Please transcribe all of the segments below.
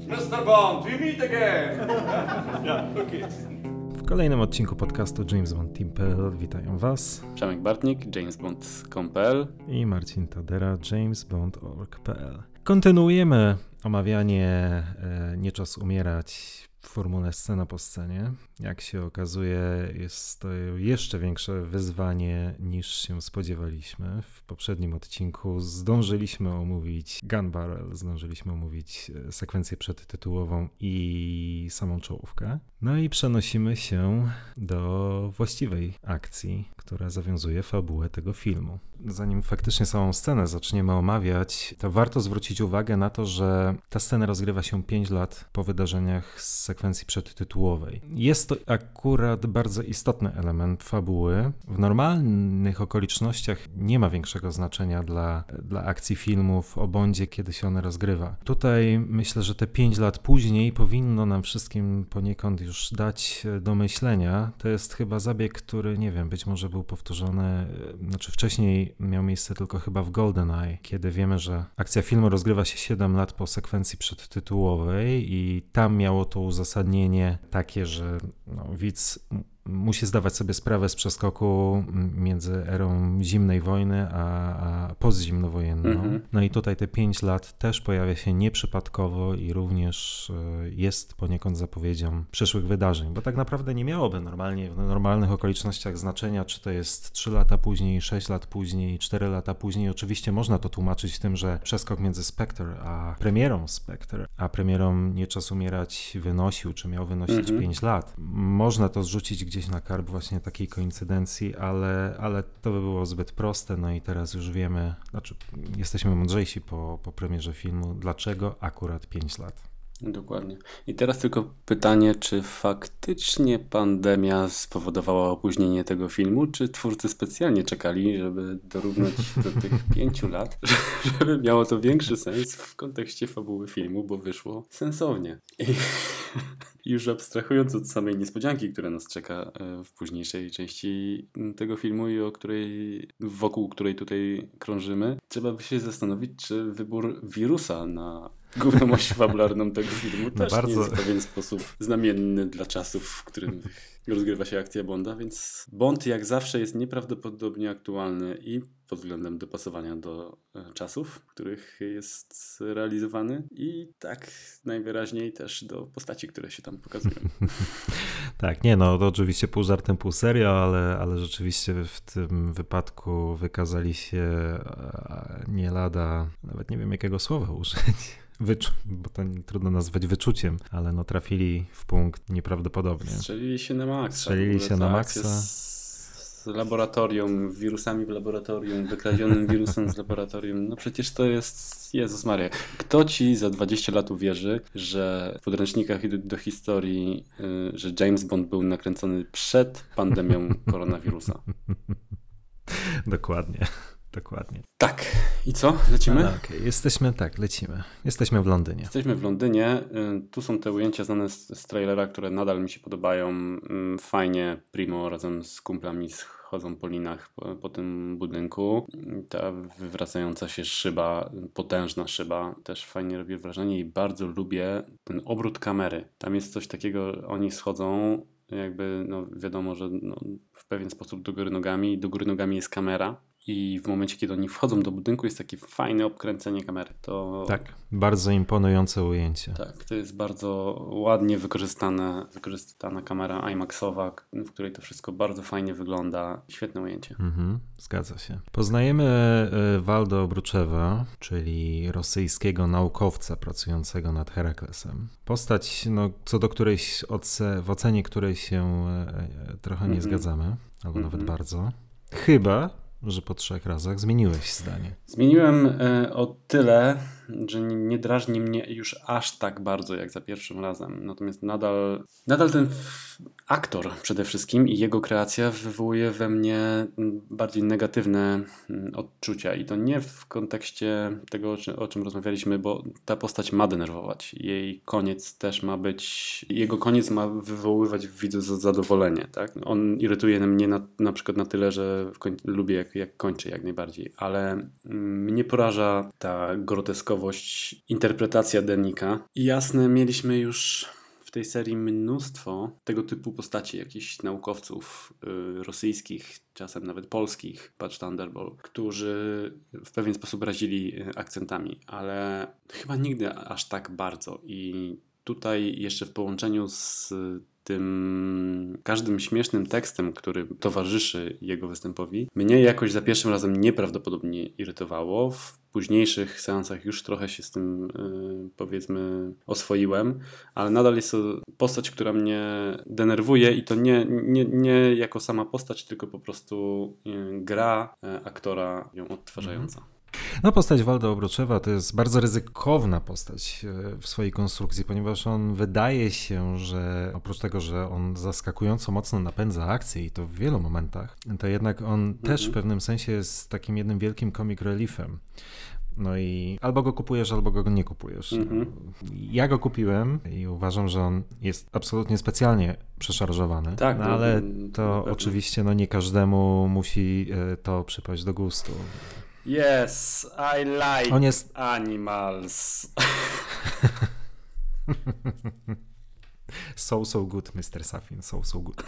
Mr. Bond, we meet again! W kolejnym odcinku podcastu James Bond Team.pl witają Was Przemek Bartnik, jamesbond.com.pl i Marcin Tadera, jamesbond.org.pl. Kontynuujemy omawianie Nie czas umierać w formule scena po scenie. Jak się okazuje, jest to jeszcze większe wyzwanie niż się spodziewaliśmy. W poprzednim odcinku zdążyliśmy omówić Gun Barrel, zdążyliśmy omówić sekwencję przedtytułową i samą czołówkę. No i przenosimy się do właściwej akcji, która zawiązuje fabułę tego filmu. Zanim faktycznie samą scenę zaczniemy omawiać, to warto zwrócić uwagę na to, że ta scena rozgrywa się 5 lat po wydarzeniach z sekwencji przedtytułowej. Jest to akurat bardzo istotny element fabuły. W normalnych okolicznościach nie ma większego znaczenia dla akcji filmu w obądzie, kiedy się ona rozgrywa. Tutaj myślę, że te 5 lat później powinno nam wszystkim poniekąd już dać do myślenia. To jest chyba zabieg, który, nie wiem, być może był powtórzony, wcześniej miał miejsce tylko chyba w GoldenEye, kiedy wiemy, że akcja filmu rozgrywa się 7 lat po sekwencji przedtytułowej i tam miało to uzasadnienie takie, że widz musi zdawać sobie sprawę z przeskoku między erą zimnej wojny a postzimnowojenną. No i tutaj te 5 lat też pojawia się nieprzypadkowo i również jest poniekąd zapowiedzią przyszłych wydarzeń, bo tak naprawdę nie miałoby normalnie w normalnych okolicznościach znaczenia, czy to jest 3 lata później, 6 lat później, 4 lata później. Oczywiście można to tłumaczyć tym, że przeskok między Spectre a premierą Spectre, a premierą Nie czas umierać wynosił, czy miał wynosić 5 lat. Można to zrzucić gdzieś na karb właśnie takiej koincydencji, ale to by było zbyt proste, no i teraz już wiemy, jesteśmy mądrzejsi po premierze filmu, dlaczego akurat 5 lat. Dokładnie. I teraz tylko pytanie, czy faktycznie pandemia spowodowała opóźnienie tego filmu, czy twórcy specjalnie czekali, żeby dorównać do tych 5 lat, żeby miało to większy sens w kontekście fabuły filmu, bo wyszło sensownie. I już abstrahując od samej niespodzianki, która nas czeka w późniejszej części tego filmu i wokół której tutaj krążymy, trzeba by się zastanowić, czy wybór wirusa na główną oś fabularną tego filmu też nie jest w pewien sposób znamienny dla czasów, w którym rozgrywa się akcja Bonda, więc Bond jak zawsze jest nieprawdopodobnie aktualny i pod względem dopasowania do czasów, w których jest realizowany i tak najwyraźniej też do postaci, które się tam pokazują. Tak, to oczywiście pół żartem, pół serio, ale rzeczywiście w tym wypadku wykazali się nie lada, nawet nie wiem jakiego słowa użyć, bo to trudno nazwać wyczuciem, ale trafili w punkt nieprawdopodobnie. Strzelili się na maksa. Strzelili się na maksa. Z laboratorium, wirusami w laboratorium, wykradzionym wirusem z laboratorium. Przecież to jest... Jezus Maria. Kto ci za 20 lat uwierzy, że w podręcznikach do historii, że James Bond był nakręcony przed pandemią koronawirusa? Dokładnie. Tak. I co? Lecimy? Lecimy. Jesteśmy w Londynie. Jesteśmy w Londynie. Tu są te ujęcia znane z trailera, które nadal mi się podobają. Fajnie Primo razem z kumplami chodzą po linach po tym budynku. Ta wywracająca się szyba, potężna szyba, też fajnie robi wrażenie i bardzo lubię ten obrót kamery. Tam jest coś takiego, oni schodzą jakby, wiadomo, że w pewien sposób do góry nogami jest kamera. I w momencie, kiedy oni wchodzą do budynku, jest takie fajne obkręcenie kamery. Tak, bardzo imponujące ujęcie. Tak, to jest bardzo ładnie wykorzystana kamera IMAX-owa, w której to wszystko bardzo fajnie wygląda. Świetne ujęcie. Zgadza się. Poznajemy Waldo Bruczewa, czyli rosyjskiego naukowca pracującego nad Heraklesem. Postać, co do której w ocenie której się trochę nie zgadzamy, albo nawet bardzo. Chyba że po 3 razach zmieniłeś zdanie. Zmieniłem o tyle, że nie drażni mnie już aż tak bardzo jak za pierwszym razem. Natomiast nadal ten aktor przede wszystkim i jego kreacja wywołuje we mnie bardziej negatywne odczucia. I to nie w kontekście tego, o czym rozmawialiśmy, bo ta postać ma denerwować. Jego koniec ma wywoływać w widzu zadowolenie. Tak? On irytuje mnie na przykład na tyle, że lubię, jak jak kończy jak najbardziej, ale mnie poraża ta groteskowość, interpretacja Denika. I jasne, mieliśmy już w tej serii mnóstwo tego typu postaci, jakichś naukowców rosyjskich, czasem nawet polskich, patrz Thunderbolt, którzy w pewien sposób razili akcentami, ale chyba nigdy aż tak bardzo. I tutaj jeszcze w połączeniu z tym każdym śmiesznym tekstem, który towarzyszy jego występowi, mnie jakoś za pierwszym razem nieprawdopodobnie irytowało. W późniejszych seansach już trochę się z tym, powiedzmy, oswoiłem, ale nadal jest to postać, która mnie denerwuje i to nie jako sama postać, tylko po prostu gra aktora ją odtwarzająca. No, postać Waldo Obruczewa to jest bardzo ryzykowna postać w swojej konstrukcji, ponieważ on wydaje się, że oprócz tego, że on zaskakująco mocno napędza akcję i to w wielu momentach, to jednak on też w pewnym sensie jest takim jednym wielkim comic reliefem. No i albo go kupujesz, albo go nie kupujesz. Ja go kupiłem i uważam, że on jest absolutnie specjalnie przeszarżowany, Tak, ale to oczywiście nie każdemu musi to przypaść do gustu. Yes, I like On jest animals. So good, Mr. Safin, so good.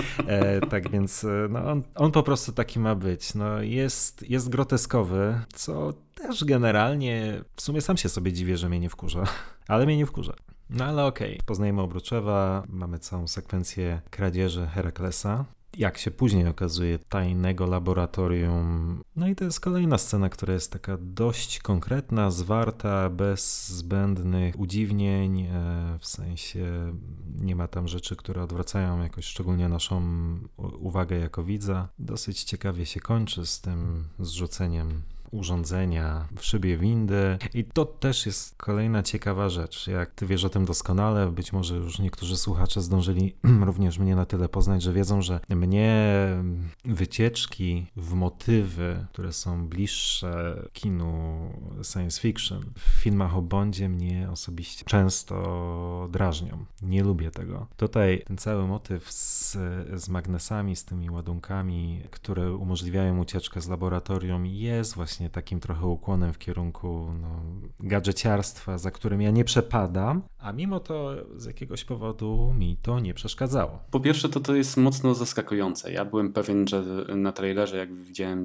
Tak więc on po prostu taki ma być. No, jest groteskowy, co też generalnie w sumie sam się sobie dziwię, że mnie nie wkurza, ale mnie nie wkurza. No ale okej. Poznajemy Obruczewa, mamy całą sekwencję kradzieży Heraklesa. Jak się później okazuje, tajnego laboratorium. No i to jest kolejna scena, która jest taka dość konkretna, zwarta, bez zbędnych udziwnień, w sensie nie ma tam rzeczy, które odwracają jakoś szczególnie naszą uwagę jako widza. Dosyć ciekawie się kończy z tym zrzuceniem urządzenia w szybie windy i to też jest kolejna ciekawa rzecz. Jak ty wiesz o tym doskonale, być może już niektórzy słuchacze zdążyli również mnie na tyle poznać, że wiedzą, że mnie wycieczki w motywy, które są bliższe kinu science fiction, w filmach o Bondzie mnie osobiście często drażnią. Nie lubię tego. Tutaj ten cały motyw z magnesami, z tymi ładunkami, które umożliwiają ucieczkę z laboratorium, jest właśnie takim trochę ukłonem w kierunku gadżeciarstwa, za którym ja nie przepadam, a mimo to z jakiegoś powodu mi to nie przeszkadzało. Po pierwsze to jest mocno zaskakujące. Ja byłem pewien, że na trailerze jak widziałem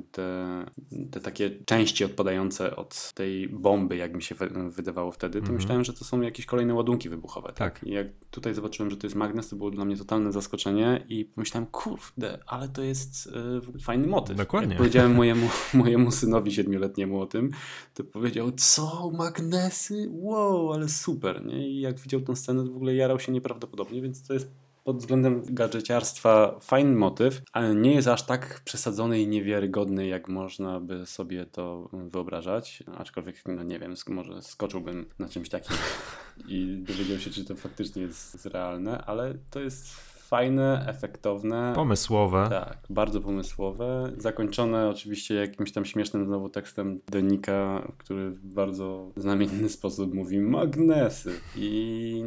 te takie części odpadające od tej bomby, jak mi się wydawało wtedy, to myślałem, że to są jakieś kolejne ładunki wybuchowe. Tak. I jak tutaj zobaczyłem, że to jest magnes, to było dla mnie totalne zaskoczenie i pomyślałem, kurde, ale to jest fajny motyw. Dokładnie. Jak powiedziałem mojemu synowi 7-letniemu o tym, to powiedział, co, magnesy? Wow, ale super, nie? I jak widział tę scenę, to w ogóle jarał się nieprawdopodobnie, więc to jest pod względem gadżeciarstwa fajny motyw, ale nie jest aż tak przesadzony i niewiarygodny, jak można by sobie to wyobrażać. Aczkolwiek, nie wiem, może skoczyłbym na czymś takim i dowiedział się, czy to faktycznie jest realne, ale to jest fajne, efektowne. Pomysłowe. Tak, bardzo pomysłowe. Zakończone oczywiście jakimś tam śmiesznym znowu tekstem Denika, który w bardzo znamienny sposób mówi magnesy. I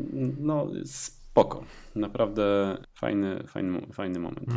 spoko. Naprawdę fajny moment.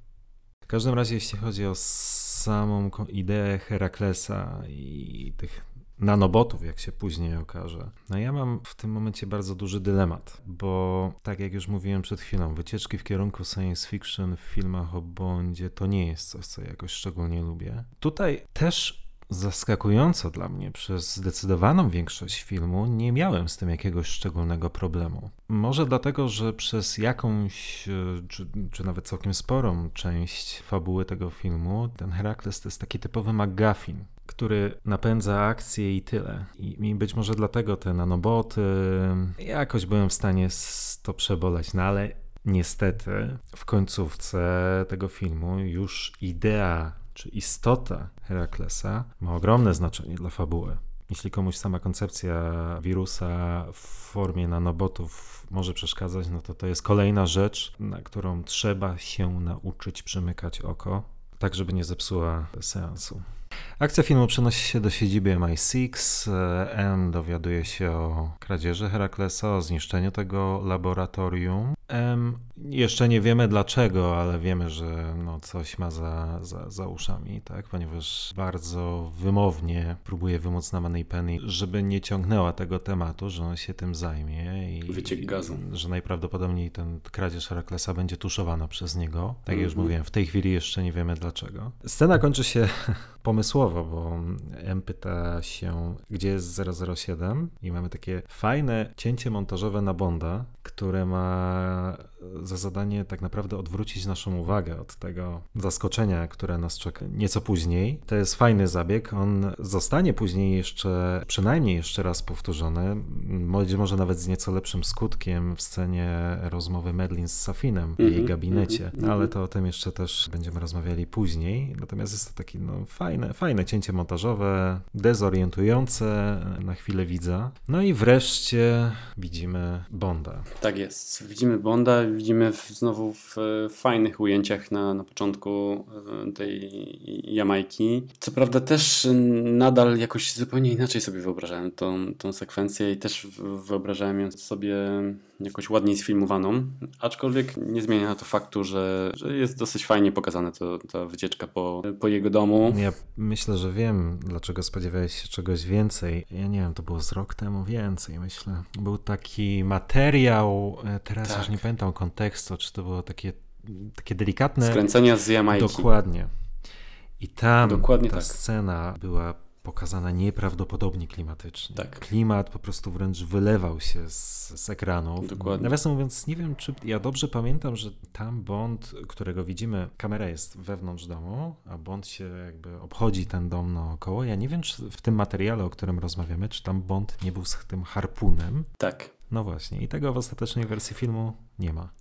W każdym razie, jeśli chodzi o samą ideę Heraklesa i tych nanobotów, jak się później okaże. No ja mam w tym momencie bardzo duży dylemat, bo tak jak już mówiłem przed chwilą, wycieczki w kierunku science fiction w filmach o Bondzie to nie jest coś, co jakoś szczególnie lubię. Tutaj też zaskakująco dla mnie, przez zdecydowaną większość filmu nie miałem z tym jakiegoś szczególnego problemu. Może dlatego, że przez jakąś, czy nawet całkiem sporą część fabuły tego filmu, ten Herakles to jest taki typowy MacGuffin, który napędza akcję i tyle. I być może dlatego te nanoboty, jakoś byłem w stanie to przeboleć, no ale niestety w końcówce tego filmu już idea czy istota Heraklesa ma ogromne znaczenie dla fabuły. Jeśli komuś sama koncepcja wirusa w formie nanobotów może przeszkadzać, no to jest kolejna rzecz, na którą trzeba się nauczyć przymykać oko, tak żeby nie zepsuła seansu. Akcja filmu przenosi się do siedziby MI6. M dowiaduje się o kradzieży Heraklesa, o zniszczeniu tego laboratorium. Jeszcze nie wiemy dlaczego, ale wiemy, że coś ma za uszami, tak? Ponieważ bardzo wymownie próbuje wymóc na Moneypenny, żeby nie ciągnęła tego tematu, że on się tym zajmie i Wyciek gazu. Że najprawdopodobniej ten kradzież Heraklesa będzie tuszowana przez niego. Tak jak już mówiłem, w tej chwili jeszcze nie wiemy dlaczego. Scena kończy się pomysłowo, bo M pyta się, gdzie jest 007 i mamy takie fajne cięcie montażowe na Bonda, które ma za zadanie tak naprawdę odwrócić naszą uwagę od tego zaskoczenia, które nas czeka nieco później. To jest fajny zabieg, on zostanie później przynajmniej jeszcze raz powtórzony, być może nawet z nieco lepszym skutkiem w scenie rozmowy Madeline z Safinem w jej gabinecie, ale to o tym jeszcze też będziemy rozmawiali później. Natomiast jest to takie fajne cięcie montażowe, dezorientujące na chwilę widza. No i wreszcie widzimy Bonda. Tak jest. Widzimy Bonda, widzimy znowu w fajnych ujęciach na początku tej Jamajki. Co prawda też nadal jakoś zupełnie inaczej sobie wyobrażałem tą sekwencję i też wyobrażałem ją sobie jakoś ładniej sfilmowaną, aczkolwiek nie zmienia to faktu, że jest dosyć fajnie pokazane ta wycieczka po jego domu. Ja myślę, że wiem, dlaczego spodziewałeś się czegoś więcej. Ja nie wiem, to było z rok temu więcej, myślę. Był taki materiał, teraz już nie pamiętam kontekstu, czy to było takie delikatne... Skręcenia z Jamajki. Dokładnie. I tam Dokładnie ta scena była pokazana nieprawdopodobnie klimatycznie. Tak. Klimat po prostu wręcz wylewał się z ekranów. Dokładnie. Nawiasem mówiąc, nie wiem, czy ja dobrze pamiętam, że tam Bond, którego widzimy, kamera jest wewnątrz domu, a Bond się jakby obchodzi ten dom naokoło. Ja nie wiem, czy w tym materiale, o którym rozmawiamy, czy tam Bond nie był z tym harpunem. Tak. No właśnie. I tego w ostatecznej wersji filmu nie ma.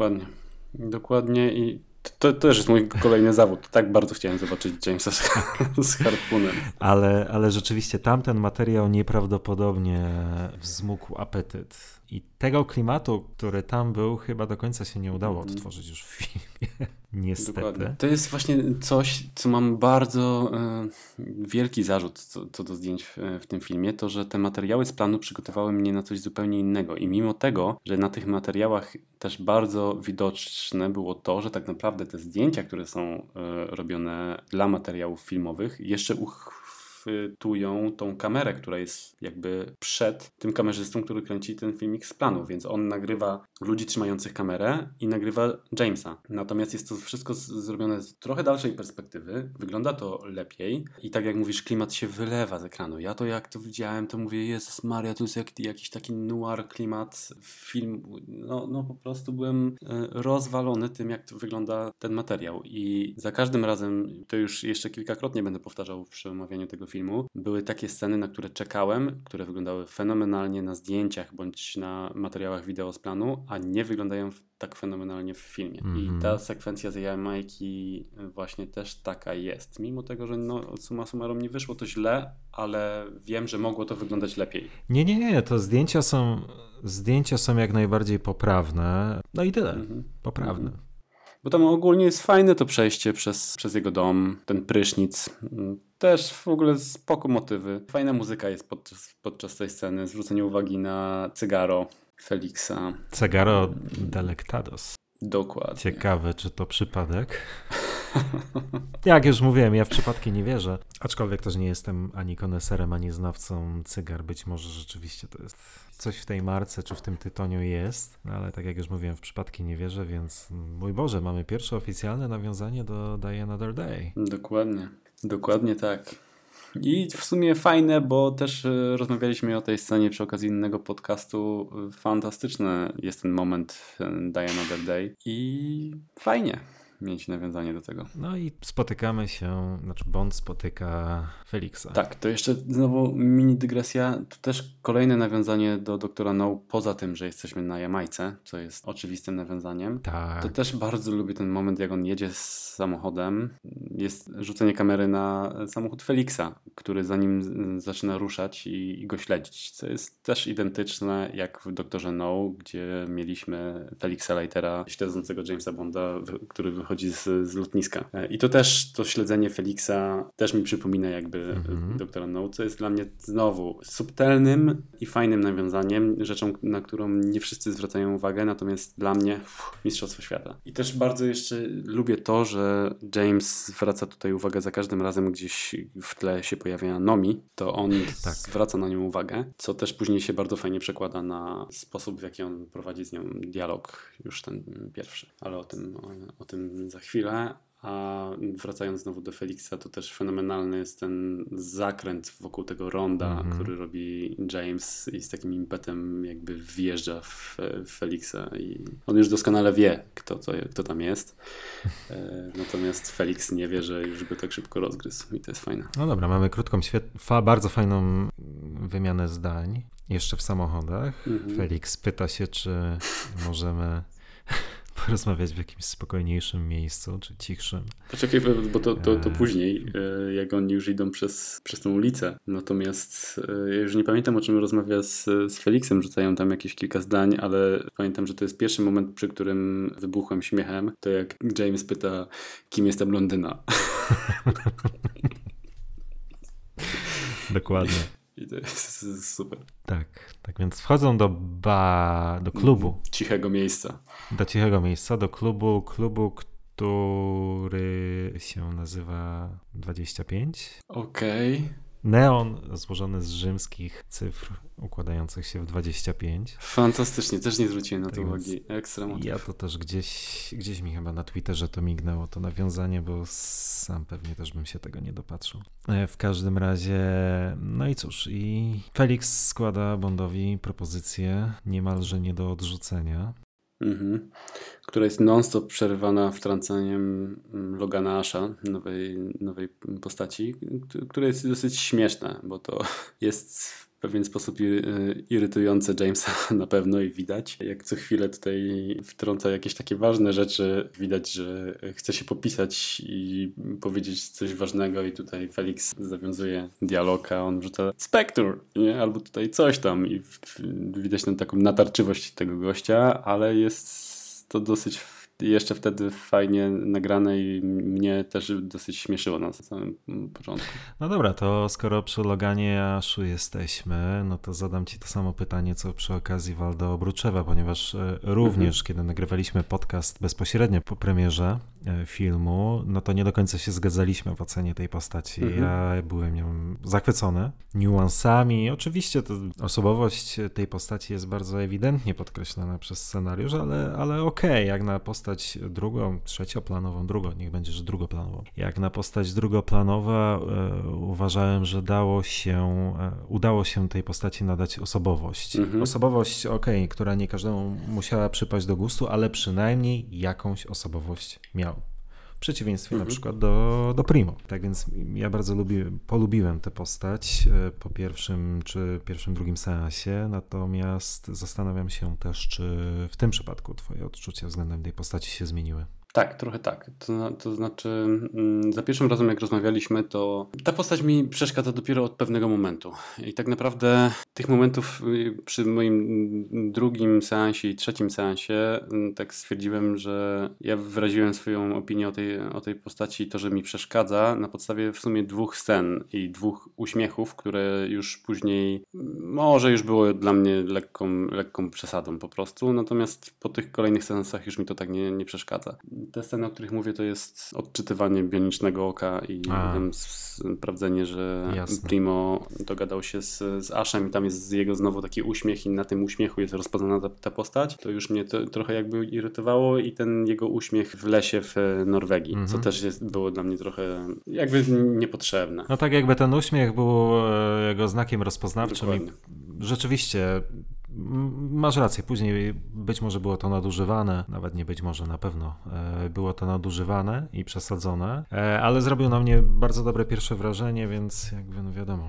Dokładnie i to też jest mój kolejny zawód. Tak bardzo chciałem zobaczyć Jamesa z harpunem. Ale rzeczywiście tamten materiał nieprawdopodobnie wzmógł apetyt. I tego klimatu, który tam był, chyba do końca się nie udało odtworzyć już w filmie. Niestety. Dokładnie. To jest właśnie coś, co mam bardzo wielki zarzut co do zdjęć w tym filmie, to że te materiały z planu przygotowały mnie na coś zupełnie innego. I mimo tego, że na tych materiałach też bardzo widoczne było to, że tak naprawdę te zdjęcia, które są robione dla materiałów filmowych, jeszcze uchwytują tą kamerę, która jest jakby przed tym kamerzystą, który kręci ten filmik z planu, więc on nagrywa ludzi trzymających kamerę i nagrywa Jamesa. Natomiast jest to wszystko zrobione z trochę dalszej perspektywy, wygląda to lepiej i tak jak mówisz, klimat się wylewa z ekranu. Ja to jak to widziałem, to mówię, Jezus Maria, to jest jakiś taki noir klimat film. No po prostu byłem rozwalony tym, jak to wygląda ten materiał i za każdym razem, to już jeszcze kilkakrotnie będę powtarzał przy omawianiu tego filmu, były takie sceny, na które czekałem, które wyglądały fenomenalnie na zdjęciach bądź na materiałach wideo z planu, a nie wyglądają tak fenomenalnie w filmie. I ta sekwencja z Jamajki właśnie też taka jest. Mimo tego, że summa summarum nie wyszło to źle, ale wiem, że mogło to wyglądać lepiej. Nie, to zdjęcia są jak najbardziej poprawne. No i tyle. Poprawne. Bo tam ogólnie jest fajne to przejście przez jego dom, ten prysznic. Też w ogóle spoko motywy. Fajna muzyka jest podczas tej sceny. Zwrócenie uwagi na cygaro Felixa. Cygaro Delectados. Dokładnie. Ciekawe, czy to przypadek? Jak już mówiłem, ja w przypadki nie wierzę. Aczkolwiek też nie jestem ani koneserem, ani znawcą cygar. Być może rzeczywiście to jest coś w tej marce, czy w tym tytoniu jest. No, ale tak jak już mówiłem, w przypadki nie wierzę, więc mój Boże, mamy pierwsze oficjalne nawiązanie do Die Another Day. Dokładnie tak. I w sumie fajne, bo też rozmawialiśmy o tej scenie przy okazji innego podcastu. Fantastyczny jest ten moment w Die Another Day i fajnie mieć nawiązanie do tego. No i spotykamy się, Bond spotyka Felixa. Tak, to jeszcze znowu mini dygresja. Tu też kolejne nawiązanie do Doktora No, poza tym, że jesteśmy na Jamajce, co jest oczywistym nawiązaniem. Tak. To też bardzo lubię ten moment, jak on jedzie z samochodem. Jest rzucenie kamery na samochód Felixa, który za nim zaczyna ruszać i go śledzić, co jest też identyczne jak w Doktorze No, gdzie mieliśmy Felixa Leitera śledzącego Jamesa Bonda, który wychodzi z lotniska. I to też, to śledzenie Felixa też mi przypomina jakby doktora No, co jest dla mnie znowu subtelnym i fajnym nawiązaniem, rzeczą, na którą nie wszyscy zwracają uwagę, natomiast dla mnie mistrzostwo świata. I też bardzo jeszcze lubię to, że James zwraca tutaj uwagę za każdym razem, gdzieś w tle się pojawia Nomi, to on zwraca na nią uwagę, co też później się bardzo fajnie przekłada na sposób, w jaki on prowadzi z nią dialog, już ten pierwszy, ale o tym za chwilę. A wracając znowu do Felixa, to też fenomenalny jest ten zakręt wokół tego ronda, który robi James i z takim impetem jakby wjeżdża w Felixa i on już doskonale wie, kto tam jest. Natomiast Felix nie wie, że już go tak szybko rozgryzł i to jest fajne. No dobra, mamy krótką, bardzo fajną wymianę zdań. Jeszcze w samochodach. Felix pyta się, czy możemy porozmawiać w jakimś spokojniejszym miejscu, czy cichszym. Poczekaj, bo to później, jak oni już idą przez tą ulicę. Natomiast ja już nie pamiętam, o czym rozmawia z Felixem, rzucają tam jakieś kilka zdań, ale pamiętam, że to jest pierwszy moment, przy którym wybuchłem śmiechem, to jak James pyta, kim jest ta blondyna. Dokładnie. I to jest super. Tak więc wchodzą do klubu. Cichego miejsca. Do cichego miejsca, do klubu, który się nazywa 25. Okej. Neon złożony z rzymskich cyfr układających się w 25. Fantastycznie, też nie zwróciłem na to uwagi. Ekstra motyw. Ja to też gdzieś mi chyba na Twitterze to mignęło, to nawiązanie, bo sam pewnie też bym się tego nie dopatrzył. W każdym razie, no i cóż, i Felix składa Bondowi propozycję niemalże nie do odrzucenia. Która jest non-stop przerywana wtrącaniem Logana Asha, nowej postaci, która jest dosyć śmieszna, bo to jest w pewien sposób irytujące Jamesa na pewno i widać. Jak co chwilę tutaj wtrąca jakieś takie ważne rzeczy, widać, że chce się popisać i powiedzieć coś ważnego i tutaj Felix zawiązuje dialog, a on rzuca Spectre, nie? Albo tutaj coś tam i widać tam taką natarczywość tego gościa, ale jest to dosyć jeszcze wtedy fajnie nagrane i mnie też dosyć śmieszyło na samym początku. No dobra, to skoro przy Loganie Ashu jesteśmy, no to zadam ci to samo pytanie, co przy okazji Waldo Obruczewa, ponieważ również kiedy nagrywaliśmy podcast bezpośrednio po premierze filmu, no to nie do końca się zgadzaliśmy w ocenie tej postaci. Ja byłem nią zachwycony niuansami. Oczywiście to osobowość tej postaci jest bardzo ewidentnie podkreślona przez scenariusz, ale okej, jak na postać trzecioplanową, niech będzie, że drugoplanową. Jak na postać drugoplanowa uważałem, że udało się tej postaci nadać osobowość. Osobowość, która nie każdemu musiała przypaść do gustu, ale przynajmniej jakąś osobowość miał. W przeciwieństwie na przykład do Primo. Tak więc ja bardzo polubiłem tę postać po pierwszym drugim seansie, natomiast zastanawiam się też, czy w tym przypadku twoje odczucia względem tej postaci się zmieniły. Tak, trochę tak. To znaczy za pierwszym razem jak rozmawialiśmy, to ta postać mi przeszkadza dopiero od pewnego momentu. I tak naprawdę tych momentów przy moim drugim seansie i trzecim seansie tak stwierdziłem, że ja wyraziłem swoją opinię o tej postaci, to, że mi przeszkadza na podstawie w sumie 2 scen i 2 uśmiechów, które już później może już było dla mnie lekką przesadą po prostu, natomiast po tych kolejnych seansach już mi to tak nie przeszkadza. Te sceny, o których mówię, to jest odczytywanie bionicznego oka i sprawdzenie, że Primo dogadał się z Ashem i tam jest jego znowu taki uśmiech i na tym uśmiechu jest rozpoznana ta postać. To już mnie trochę jakby irytowało i ten jego uśmiech w lesie w Norwegii, co też było dla mnie trochę jakby niepotrzebne. No tak jakby ten uśmiech był jego znakiem rozpoznawczym. Dokładnie. Rzeczywiście masz rację, później być może było to nadużywane, nawet nie być może, na pewno było to nadużywane i przesadzone, ale zrobił na mnie bardzo dobre pierwsze wrażenie, więc jakby no wiadomo.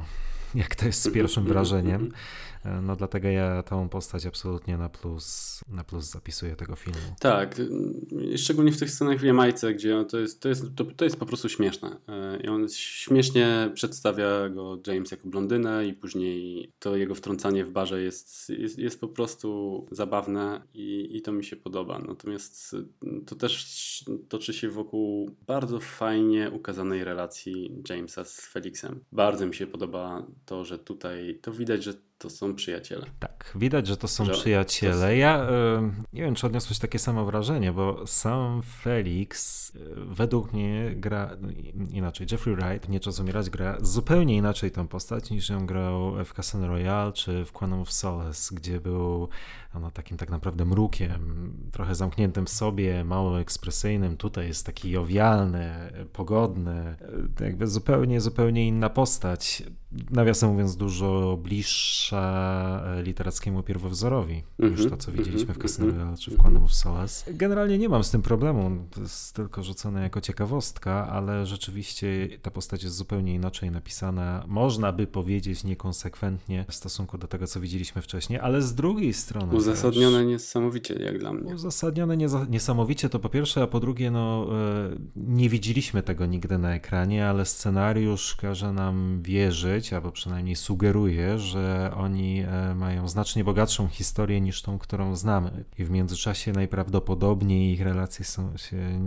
jak to jest z pierwszym wrażeniem. No dlatego ja tą postać absolutnie na plus zapisuję tego filmu. Tak, szczególnie w tych scenach w Jamajce, gdzie to jest po prostu śmieszne. I on śmiesznie przedstawia go James jako blondynę i później to jego wtrącanie w barze jest po prostu zabawne i to mi się podoba. Natomiast to też toczy się wokół bardzo fajnie ukazanej relacji Jamesa z Felixem. Bardzo mi się podoba to, że tutaj to widać, że to są przyjaciele. Tak, widać, że to są przyjaciele. Ja nie wiem, czy odniosłeś takie samo wrażenie, bo sam Felix według mnie gra inaczej. Jeffrey Wright, Nie czas umierać, gra zupełnie inaczej tą postać, niż ją grał w Casino Royale czy w Quantum of Solace, gdzie był takim tak naprawdę mrukiem, trochę zamkniętym w sobie, mało ekspresyjnym. Tutaj jest taki jowialny, pogodny, jakby zupełnie inna postać. Nawiasem mówiąc, dużo bliższa literackiemu pierwowzorowi niż to, co widzieliśmy w Casino Royale czy w Quantum of Solace. Generalnie nie mam z tym problemu, to jest tylko rzucone jako ciekawostka, ale rzeczywiście ta postać jest zupełnie inaczej napisana. Można by powiedzieć niekonsekwentnie w stosunku do tego, co widzieliśmy wcześniej, ale z drugiej strony uzasadnione niesamowicie, jak dla mnie. Uzasadnione niesamowicie to po pierwsze, a po drugie, nie widzieliśmy tego nigdy na ekranie, ale scenariusz każe nam wierzyć, albo przynajmniej sugeruje, że oni mają znacznie bogatszą historię niż tą, którą znamy. I w międzyczasie najprawdopodobniej ich relacje się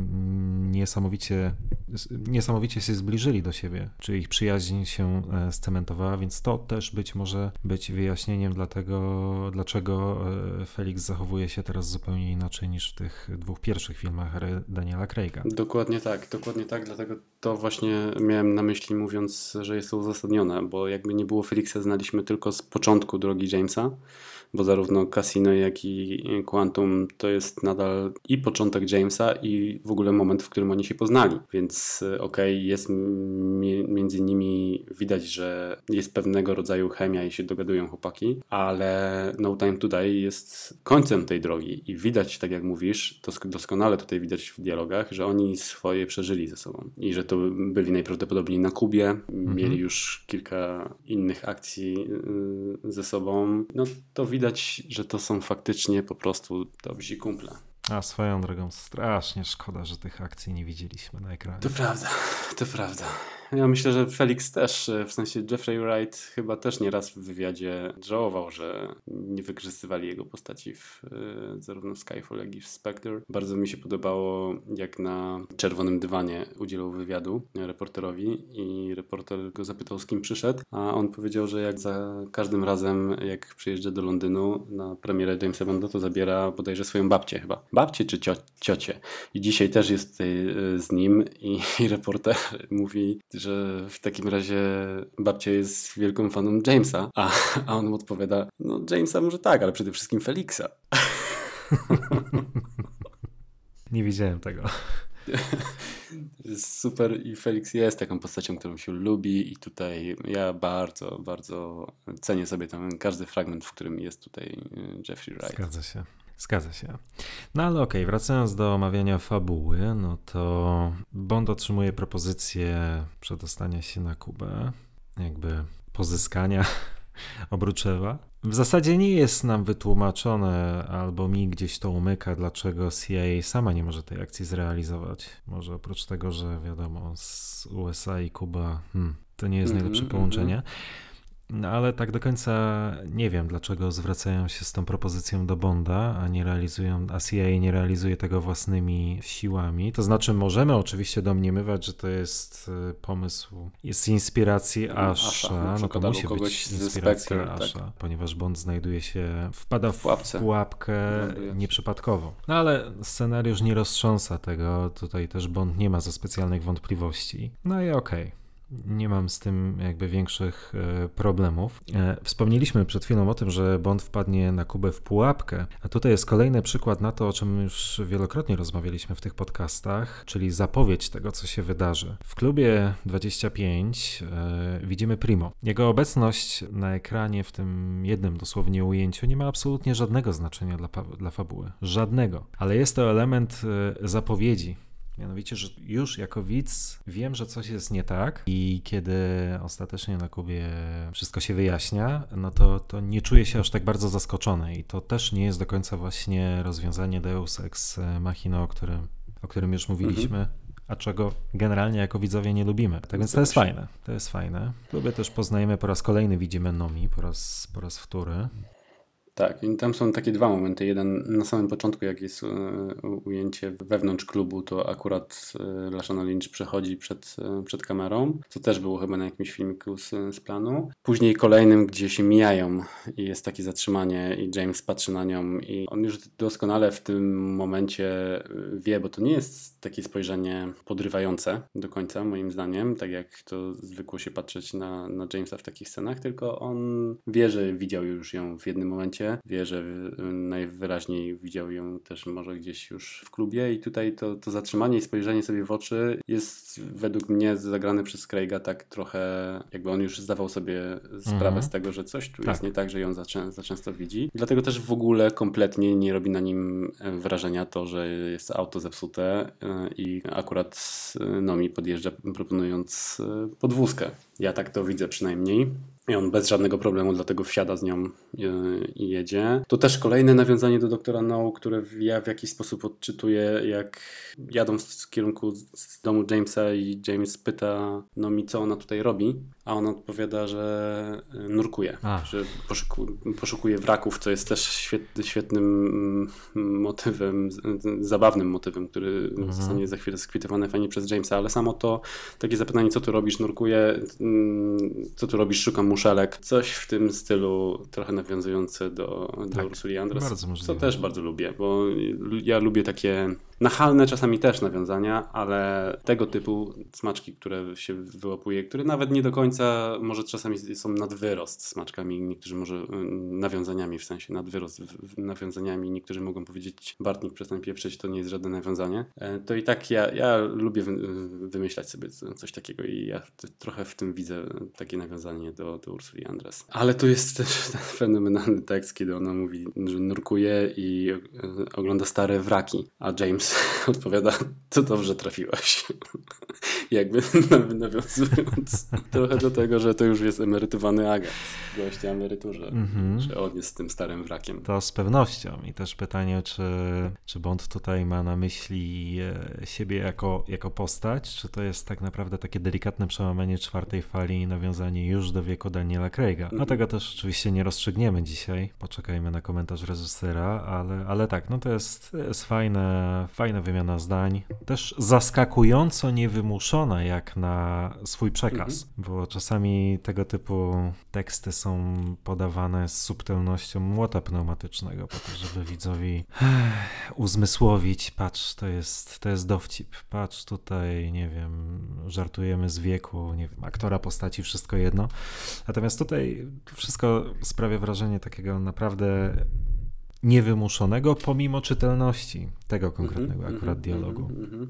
niesamowicie się zbliżyli do siebie, czy ich przyjaźń się scementowała, więc to też być może być wyjaśnieniem dlaczego Felix zachowuje się teraz zupełnie inaczej niż w tych dwóch pierwszych filmach Daniela Craiga. Dokładnie tak, dlatego to właśnie miałem na myśli, mówiąc, że jest to uzasadnione, bo jakby nie było Felixa, znaliśmy tylko z początku drogi Jamesa, bo zarówno Casino, jak i Quantum to jest nadal i początek Jamesa i w ogóle moment, w którym oni się poznali, więc jest między nimi widać, że jest pewnego rodzaju chemia i się dogadują chłopaki, ale No Time to Die jest końcem tej drogi i widać, tak jak mówisz, to doskonale tutaj widać w dialogach, że oni swoje przeżyli ze sobą i że to byli najprawdopodobniej na Kubie, mieli już kilka innych akcji ze sobą, no to widać, że to są faktycznie po prostu dobrzy kumple. A swoją drogą strasznie szkoda, że tych akcji nie widzieliśmy na ekranie. To prawda. Ja myślę, że Felix też, w sensie Jeffrey Wright chyba też nieraz w wywiadzie żałował, że nie wykorzystywali jego postaci w zarówno Skyfall, jak i w Spectre. Bardzo mi się podobało, jak na czerwonym dywanie udzielał wywiadu reporterowi i reporter go zapytał, z kim przyszedł, a on powiedział, że jak za każdym razem, jak przyjeżdża do Londynu na premierę Jamesa Bonda, to zabiera bodajże swoją babcię chyba. Babcię czy ciocię. I dzisiaj też jest tutaj z nim i reporter mówi, że w takim razie babcia jest wielką faną Jamesa, a on mu odpowiada, no Jamesa może tak, ale przede wszystkim Felixa. Nie widziałem tego. Jest super i Felix jest taką postacią, którą się lubi i tutaj ja bardzo, bardzo cenię sobie ten każdy fragment, w którym jest tutaj Jeffrey Wright. Zgadza się. No ale okej, wracając do omawiania fabuły, no to Bond otrzymuje propozycję przedostania się na Kubę, jakby pozyskania Obruczewa. W zasadzie nie jest nam wytłumaczone, albo mi gdzieś to umyka, dlaczego CIA sama nie może tej akcji zrealizować. Może oprócz tego, że wiadomo, z USA i Kuba to nie jest najlepsze połączenie. No ale tak do końca nie wiem, dlaczego zwracają się z tą propozycją do Bonda, a CIA nie realizuje tego własnymi siłami. To znaczy możemy oczywiście domniemywać, że to jest pomysł, jest z inspiracji Asha, no to musi być inspiracja Asha, tak. Ponieważ Bond wpada w pułapkę nieprzypadkowo. No ale scenariusz nie roztrząsa tego, tutaj też Bond nie ma za specjalnych wątpliwości. No i okej. Nie mam z tym jakby większych problemów. Wspomnieliśmy przed chwilą o tym, że Bond wpadnie na Kubę w pułapkę, a tutaj jest kolejny przykład na to, o czym już wielokrotnie rozmawialiśmy w tych podcastach, czyli zapowiedź tego, co się wydarzy. W klubie 25 widzimy Primo. Jego obecność na ekranie w tym jednym dosłownie ujęciu nie ma absolutnie żadnego znaczenia dla fabuły. Żadnego. Ale jest to element zapowiedzi Mianowicie, że już jako widz wiem, że coś jest nie tak i kiedy ostatecznie na Kubie wszystko się wyjaśnia, no to nie czuję się aż tak bardzo zaskoczony i to też nie jest do końca właśnie rozwiązanie Deus Ex Machina, o którym już mówiliśmy. A czego generalnie jako widzowie nie lubimy. Tak więc to jest fajne. To jest fajne. W klubie też poznajemy po raz kolejny, widzimy Nomi po raz wtóry. Tak, i tam są takie dwa momenty. Jeden na samym początku, jak jest ujęcie wewnątrz klubu, to akurat Lashana Lynch przechodzi przed kamerą, co też było chyba na jakimś filmiku z planu. Później kolejnym, gdzie się mijają i jest takie zatrzymanie i James patrzy na nią i on już doskonale w tym momencie wie, bo to nie jest takie spojrzenie podrywające do końca, moim zdaniem, tak jak to zwykło się patrzeć na Jamesa w takich scenach, tylko on wie, że widział już ją w jednym momencie, wie, że najwyraźniej widział ją też może gdzieś już w klubie i tutaj to zatrzymanie i spojrzenie sobie w oczy jest według mnie zagrane przez Craiga tak trochę, jakby on już zdawał sobie sprawę z tego, że coś tu jest nie tak, że ją za często widzi. Dlatego też w ogóle kompletnie nie robi na nim wrażenia to, że jest auto zepsute i akurat Nomi podjeżdża proponując podwózkę. Ja tak to widzę przynajmniej. I on bez żadnego problemu dlatego wsiada z nią i jedzie. To też kolejne nawiązanie do Doktora No, które ja w jakiś sposób odczytuję, jak jadą w kierunku z domu Jamesa i James pyta Nomi, co ona tutaj robi, a ona odpowiada, że nurkuje, że poszukuje wraków, co jest też świetnym motywem, zabawnym motywem, który zostanie za chwilę skwitowany fajnie przez Jamesa, ale samo to takie zapytanie, co tu robisz, nurkuję, co tu robisz, szukam muszelek. Coś w tym stylu, trochę nawiązujące do Ursuli Andress, co też bardzo lubię, bo ja lubię takie nachalne czasami też nawiązania, ale tego typu smaczki, które się wyłapuje, które nawet nie do końca może czasami są nad wyrost smaczkami, niektórzy może nawiązaniami, w sensie nad wyrost nawiązaniami, niektórzy mogą powiedzieć Bartnik przestań pieprzyć, to nie jest żadne nawiązanie. To i tak ja lubię wymyślać sobie coś takiego i ja trochę w tym widzę takie nawiązanie do Ursuli Andress. Ale tu jest też ten fenomenalny tekst, kiedy ona mówi, że nurkuje i ogląda stare wraki, a James odpowiada, to dobrze trafiłaś. Jakby nawiązując trochę do tego, że to już jest emerytowany agent, gość na emeryturze, że on jest tym starym wrakiem. To z pewnością i też pytanie, czy Bond tutaj ma na myśli siebie jako postać, czy to jest tak naprawdę takie delikatne przełamanie czwartej fali i nawiązanie już do wieku Daniela Craiga. No tego też oczywiście nie rozstrzygniemy dzisiaj, poczekajmy na komentarz reżysera, ale tak, no to jest fajna wymiana zdań, też zaskakująco niewymuszona jak na swój przekaz, bo czasami tego typu teksty są podawane z subtelnością młota pneumatycznego po to, żeby widzowi uzmysłowić, patrz, to jest dowcip, patrz tutaj, nie wiem, żartujemy z wieku, nie wiem, aktora, postaci, wszystko jedno. Natomiast tutaj wszystko sprawia wrażenie takiego naprawdę niewymuszonego, pomimo czytelności tego konkretnego akurat dialogu.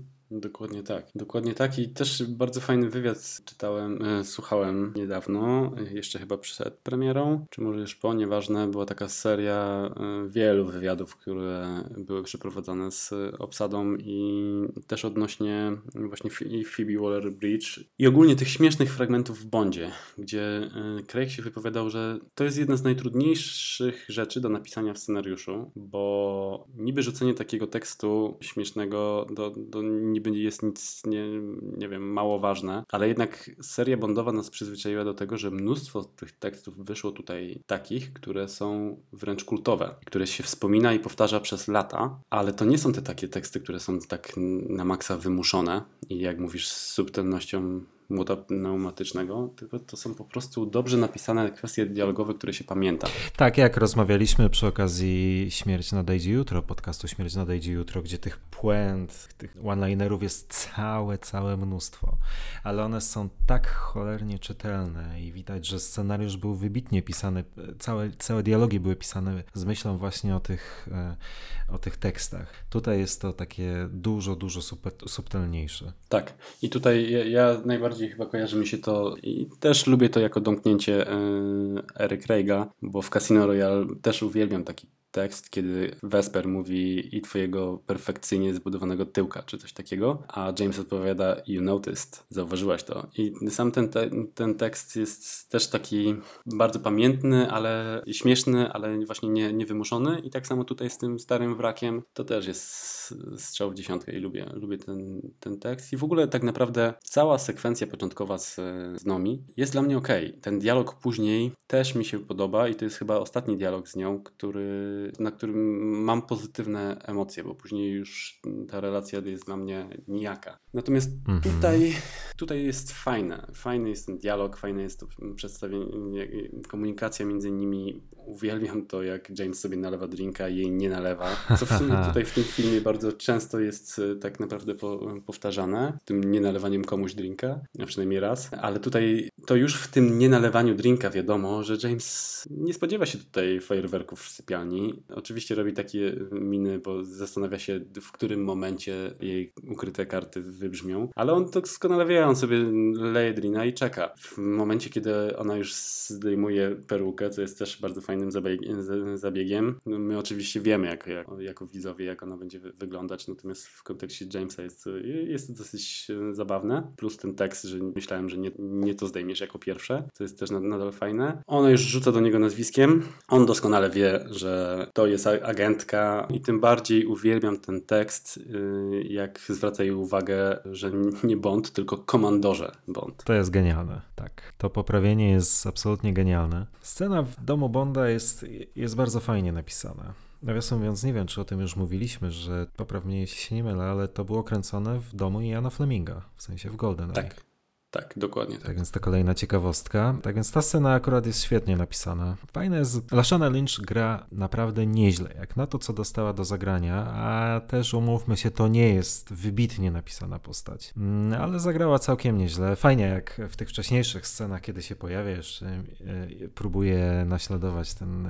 Dokładnie tak i też bardzo fajny wywiad słuchałem niedawno, jeszcze chyba przed premierą, czy może już po, nieważne, była taka seria wielu wywiadów, które były przeprowadzane z obsadą i też odnośnie właśnie Phoebe Waller-Bridge i ogólnie tych śmiesznych fragmentów w Bondzie, gdzie Craig się wypowiadał, że to jest jedna z najtrudniejszych rzeczy do napisania w scenariuszu, bo niby rzucenie takiego tekstu śmiesznego do niby jest nic, nie wiem, mało ważne, ale jednak seria Bondowa nas przyzwyczaiła do tego, że mnóstwo tych tekstów wyszło tutaj takich, które są wręcz kultowe, które się wspomina i powtarza przez lata, ale to nie są te takie teksty, które są tak na maksa wymuszone i jak mówisz z subtelnością młota pneumatycznego, tylko to są po prostu dobrze napisane kwestie dialogowe, które się pamięta. Tak jak rozmawialiśmy przy okazji Śmierć nadejdzie jutro, podcastu Śmierć nadejdzie jutro, gdzie tych puent, tych one-linerów jest całe mnóstwo, ale one są tak cholernie czytelne i widać, że scenariusz był wybitnie pisany, całe dialogi były pisane z myślą właśnie o tych tekstach. Tutaj jest to takie dużo subtelniejsze. Tak. I tutaj ja najbardziej chyba kojarzy mi się to i też lubię to jako domknięcie ery Craiga, bo w Casino Royale też uwielbiam taki tekst, kiedy Vesper mówi i twojego perfekcyjnie zbudowanego tyłka, czy coś takiego, a James odpowiada you noticed, zauważyłaś to. I sam ten tekst jest też taki bardzo pamiętny, ale śmieszny, ale właśnie niewymuszony i tak samo tutaj z tym starym wrakiem, to też jest strzał w dziesiątkę i lubię ten tekst i w ogóle tak naprawdę cała sekwencja początkowa z Nomi jest dla mnie okej. Ten dialog później też mi się podoba i to jest chyba ostatni dialog z nią, na którym mam pozytywne emocje, bo później już ta relacja jest dla mnie nijaka. Natomiast tutaj jest fajny jest ten dialog, fajne jest to przedstawienie, komunikacja między nimi. Uwielbiam to, jak James sobie nalewa drinka i jej nie nalewa, co w sumie tutaj w tym filmie bardzo często jest tak naprawdę powtarzane, tym nienalewaniem komuś drinka, a przynajmniej raz, ale tutaj to już w tym nienalewaniu drinka wiadomo, że James nie spodziewa się tutaj fajerwerków w sypialni. Oczywiście robi takie miny, bo zastanawia się, w którym momencie jej ukryte karty wybrzmią, ale on doskonale wie, on sobie leje drina i czeka. W momencie, kiedy ona już zdejmuje perukę, co jest też bardzo fajnym zabiegiem, my oczywiście wiemy jako widzowie, jak ona będzie wyglądać, natomiast w kontekście Jamesa jest to dosyć zabawne, plus ten tekst, że myślałem, że nie to zdejmiesz jako pierwsze, to jest też nadal fajne. Ona już rzuca do niego nazwiskiem, on doskonale wie, że to jest agentka i tym bardziej uwielbiam ten tekst, jak zwraca jej uwagę, że nie Bond, tylko komandorze Bond. To jest genialne, tak. To poprawienie jest absolutnie genialne. Scena w domu Bonda jest bardzo fajnie napisana. Nawiasem mówiąc, nie wiem, czy o tym już mówiliśmy, że popraw mnie, jeśli się nie mylę, ale to było kręcone w domu Iana Fleminga, w sensie w GoldenEye. Tak, dokładnie tak. Tak więc to kolejna ciekawostka. Tak więc ta scena akurat jest świetnie napisana. Fajne jest, Lashana Lynch gra naprawdę nieźle, jak na to, co dostała do zagrania, a też umówmy się, to nie jest wybitnie napisana postać. Ale zagrała całkiem nieźle. Fajnie, jak w tych wcześniejszych scenach, kiedy się pojawia, jeszcze próbuje naśladować ten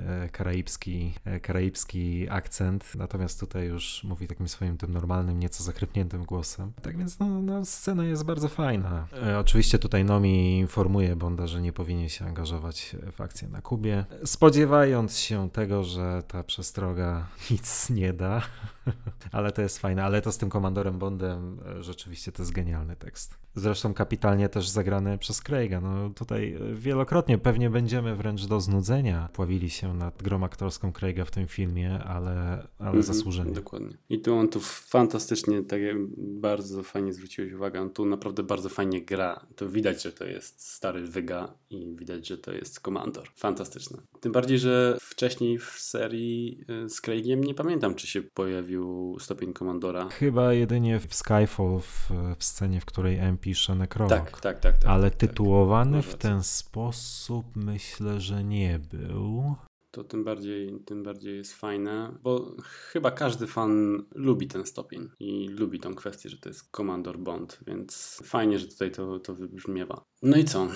karaibski akcent, natomiast tutaj już mówi takim swoim tym normalnym, nieco zachrypniętym głosem. Tak więc scena jest bardzo fajna. Oczywiście tutaj Nomi informuje Bonda, że nie powinien się angażować w akcję na Kubie, spodziewając się tego, że ta przestroga nic nie da, ale to jest fajne, ale to z tym komandorem Bondem rzeczywiście to jest genialny tekst. Zresztą kapitalnie też zagrany przez Craiga. No tutaj wielokrotnie pewnie będziemy wręcz do znudzenia pławili się nad grą aktorską Craiga w tym filmie, ale zasłużenie. Dokładnie. I on tu fantastycznie, tak jak bardzo fajnie zwróciłeś uwagę, on tu naprawdę bardzo fajnie gra. To widać, że to jest stary wyga i widać, że to jest komandor. Fantastyczne. Tym bardziej, że wcześniej w serii z Craigiem nie pamiętam, czy się pojawił stopień komandora. Chyba jedynie w Skyfall w scenie, w której M pisze nekrolog. Tak. Ale tytułowany w ten sposób myślę, że nie był. To tym bardziej jest fajne, bo chyba każdy fan lubi ten stopień i lubi tą kwestię, że to jest komandor Bond, więc fajnie, że tutaj to wybrzmiewa. No i co?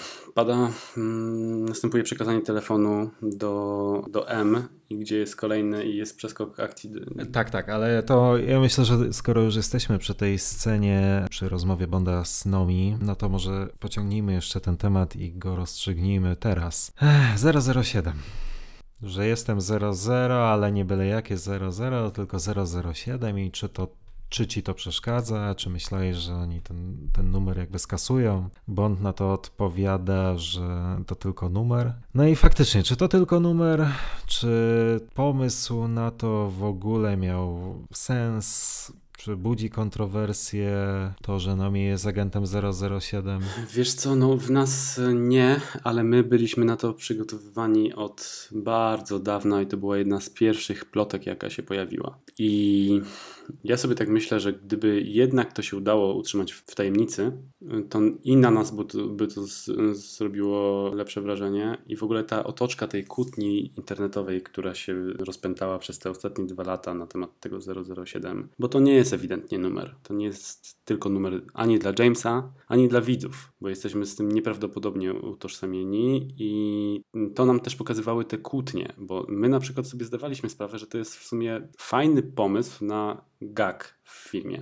Następuje przekazanie telefonu do M, i gdzie jest kolejny i jest przeskok akcji. Tak, ale to ja myślę, że skoro już jesteśmy przy tej scenie, przy rozmowie Bonda z Nomi, no to może pociągnijmy jeszcze ten temat i go rozstrzygnijmy teraz. 007. Że jestem 00, ale nie byle jakie 00, tylko 007 i czy ci to przeszkadza, czy myślałeś, że oni ten numer jakby skasują? Bond na to odpowiada, że to tylko numer. No i faktycznie, czy to tylko numer, czy pomysł na to w ogóle miał sens? Czy budzi kontrowersje to, że Nomi jest agentem 007? Wiesz co, w nas nie, ale my byliśmy na to przygotowywani od bardzo dawna i to była jedna z pierwszych plotek, jaka się pojawiła. I ja sobie tak myślę, że gdyby jednak to się udało utrzymać w tajemnicy, to i na nas by to zrobiło lepsze wrażenie i w ogóle ta otoczka tej kłótni internetowej, która się rozpętała przez te ostatnie 2 lata na temat tego 007, bo to nie jest ewidentnie numer. To nie jest tylko numer ani dla Jamesa, ani dla widzów, bo jesteśmy z tym nieprawdopodobnie utożsamieni i to nam też pokazywały te kłótnie, bo my na przykład sobie zdawaliśmy sprawę, że to jest w sumie fajny pomysł na gag w filmie, w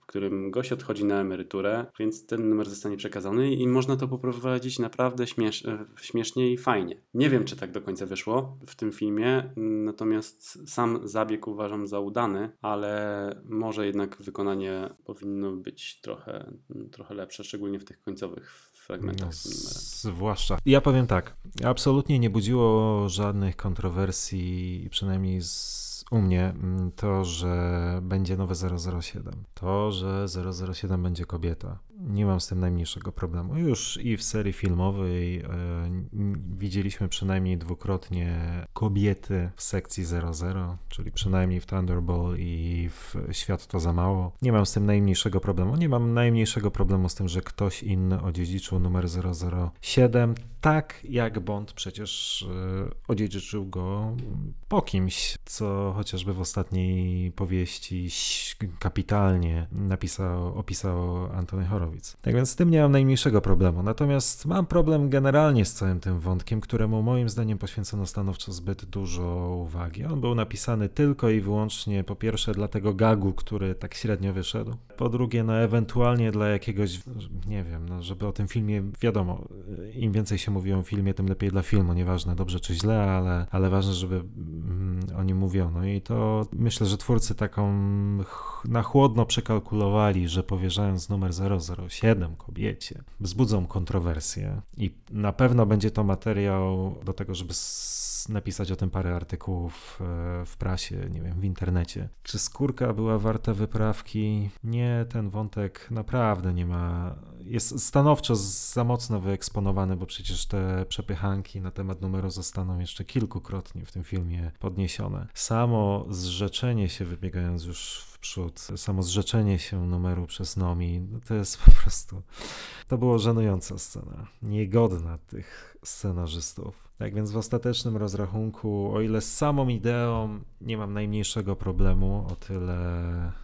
którym gość odchodzi na emeryturę, więc ten numer zostanie przekazany i można to poprowadzić naprawdę śmiesznie i fajnie. Nie wiem, czy tak do końca wyszło w tym filmie, natomiast sam zabieg uważam za udany, ale może jednak wykonanie powinno być trochę lepsze, szczególnie w tych końcowych fragmentach z tym numerem. Zwłaszcza. Ja powiem tak, absolutnie nie budziło żadnych kontrowersji, przynajmniej u mnie, to, że będzie nowe 007. To, że 007 będzie kobieta. Nie mam z tym najmniejszego problemu. Już i w serii filmowej widzieliśmy przynajmniej dwukrotnie kobiety w sekcji 00, czyli przynajmniej w Thunderball i w Świat to za mało. Nie mam z tym najmniejszego problemu. Nie mam najmniejszego problemu z tym, że ktoś inny odziedziczył numer 007, tak jak Bond przecież odziedziczył go po kimś, co chociażby w ostatniej powieści kapitalnie opisał Antony Horowitz. Tak więc z tym nie mam najmniejszego problemu. Natomiast mam problem generalnie z całym tym wątkiem, któremu moim zdaniem poświęcono stanowczo zbyt dużo uwagi. On był napisany tylko i wyłącznie po pierwsze dla tego gagu, który tak średnio wyszedł. Po drugie, ewentualnie dla jakiegoś, nie wiem, żeby o tym filmie, wiadomo, im więcej się mówi o filmie, tym lepiej dla filmu. Nieważne dobrze czy źle, ale ważne, żeby o nim mówiono. I to myślę, że twórcy taką na chłodno przekalkulowali, że powierzając numer 007 kobiecie, wzbudzą kontrowersje i na pewno będzie to materiał do tego, żeby napisać o tym parę artykułów w prasie, nie wiem, w internecie. Czy skórka była warta wyprawki? Nie, ten wątek naprawdę nie ma, jest stanowczo za mocno wyeksponowany, bo przecież te przepychanki na temat numeru zostaną jeszcze kilkukrotnie w tym filmie podniesione. Samo zrzeczenie się, wybiegając już w przód, samo zrzeczenie się numeru przez Nomi, to jest po prostu, to było żenująca scena, niegodna tych scenarzystów. Tak więc w ostatecznym rozrachunku, o ile z samą ideą nie mam najmniejszego problemu, o tyle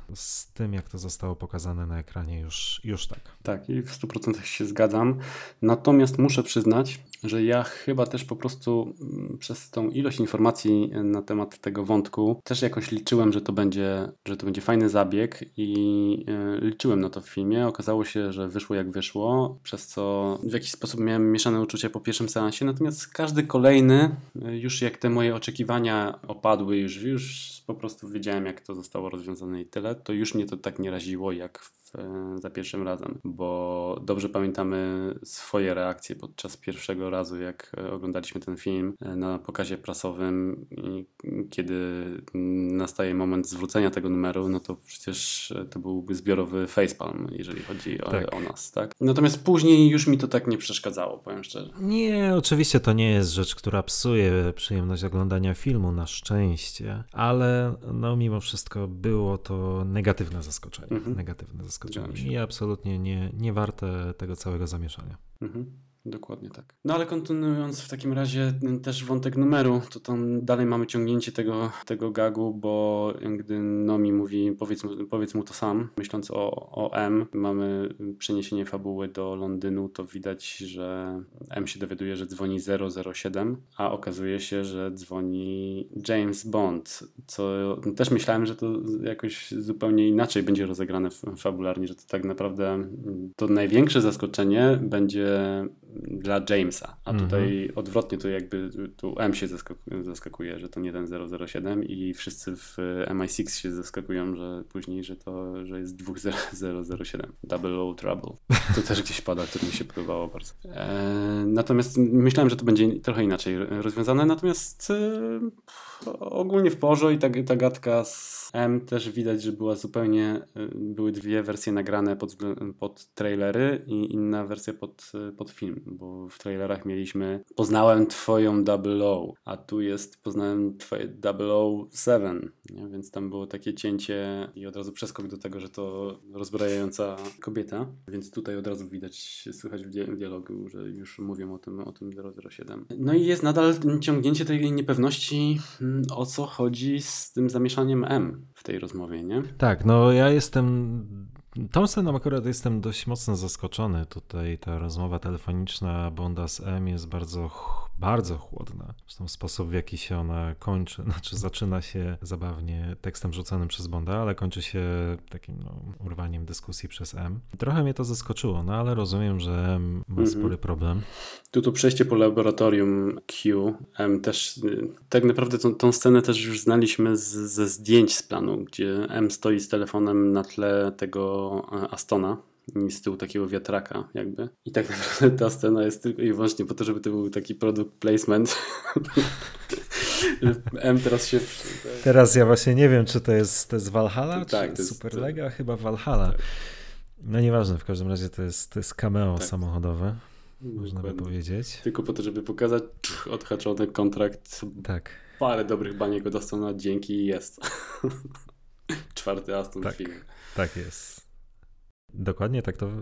z tym, jak to zostało pokazane na ekranie, już tak. Tak, i w 100% się zgadzam. Natomiast muszę przyznać, że ja chyba też po prostu przez tą ilość informacji na temat tego wątku też jakoś liczyłem, że to będzie fajny zabieg i liczyłem na to w filmie. Okazało się, że wyszło jak wyszło, przez co w jakiś sposób miałem mieszane uczucia po pierwszym seansie, natomiast każdy kolejny, już jak te moje oczekiwania opadły, już po prostu wiedziałem, jak to zostało rozwiązane i tyle, to już mnie to tak nie raziło jak za pierwszym razem, bo dobrze pamiętamy swoje reakcje podczas pierwszego razu, jak oglądaliśmy ten film na pokazie prasowym i kiedy nastaje moment zwrócenia tego numeru, no to przecież to byłby zbiorowy facepalm, jeżeli chodzi o nas, tak? Natomiast później już mi to tak nie przeszkadzało, powiem szczerze. Nie, oczywiście to nie jest rzecz, która psuje przyjemność oglądania filmu, na szczęście, ale mimo wszystko było to negatywne zaskoczenie. Negatywne zaskoczenie. I absolutnie nie warte tego całego zamieszania. Dokładnie tak. No ale kontynuując w takim razie też wątek numeru, to tam dalej mamy ciągnięcie tego gagu, bo gdy Nomi mówi powiedz mu to sam, myśląc o M, mamy przeniesienie fabuły do Londynu, to widać, że M się dowiaduje, że dzwoni 007, a okazuje się, że dzwoni James Bond, co też myślałem, że to jakoś zupełnie inaczej będzie rozegrane fabularnie, że to tak naprawdę to największe zaskoczenie będzie dla Jamesa, a tutaj odwrotnie, to jakby tu M się zaskakuje, że to nie ten 007 i wszyscy w MI6 się zaskakują, że później, że jest dwóch 007. Double O Trouble. To też gdzieś pada, to mi się podobało bardzo. Natomiast myślałem, że to będzie trochę inaczej rozwiązane, natomiast ogólnie w porządku i ta gadka z M też widać, że były dwie wersje nagrane pod trailery i inna wersja pod film, bo w trailerach mieliśmy poznałem twoją 00, a tu jest poznałem twoje 007, nie? Więc tam było takie cięcie i od razu przeskok do tego, że to rozbrajająca kobieta, więc tutaj od razu widać, słychać w dialogu, że już mówią o tym 007. No i jest nadal ciągnięcie tej niepewności, o co chodzi z tym zamieszaniem M w tej rozmowie, nie? Tak, ja jestem Tą sceną akurat jestem dość mocno zaskoczony. Tutaj ta rozmowa telefoniczna Bonda z M jest bardzo chłodna. Zresztą sposób, w jaki się ona kończy, znaczy zaczyna się zabawnie tekstem rzucanym przez Bonda, ale kończy się takim urwaniem dyskusji przez M. Trochę mnie to zaskoczyło, no ale rozumiem, że M ma spory problem. Tu przejście po laboratorium Q. Też tak naprawdę tą scenę też już znaliśmy ze zdjęć z planu, gdzie M stoi z telefonem na tle tego Astona i z tyłu takiego wiatraka jakby. I tak naprawdę ta scena jest tylko i wyłącznie po to, żeby to był taki product placement. M teraz się... Teraz ja właśnie nie wiem, czy to jest Valhalla, Tak, czy to jest Superlega? Chyba Valhalla. Tak. No nieważne, w każdym razie to jest cameo samochodowe. Można by powiedzieć. Tylko po to, żeby pokazać odhaczony kontrakt. Tak. Parę dobrych baniek od Astona, dzięki i jest. 4. Aston w filmie. Tak jest. Dokładnie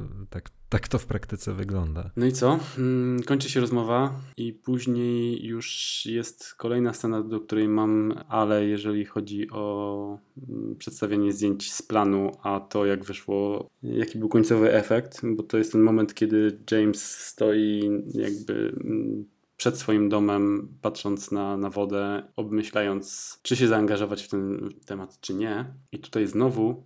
tak to w praktyce wygląda. No i co? Kończy się rozmowa i później już jest kolejna scena, do której mam, ale jeżeli chodzi o przedstawianie zdjęć z planu, a to jak wyszło, jaki był końcowy efekt, bo to jest ten moment, kiedy James stoi jakby przed swoim domem, patrząc na wodę, obmyślając, czy się zaangażować w ten temat, czy nie. I tutaj znowu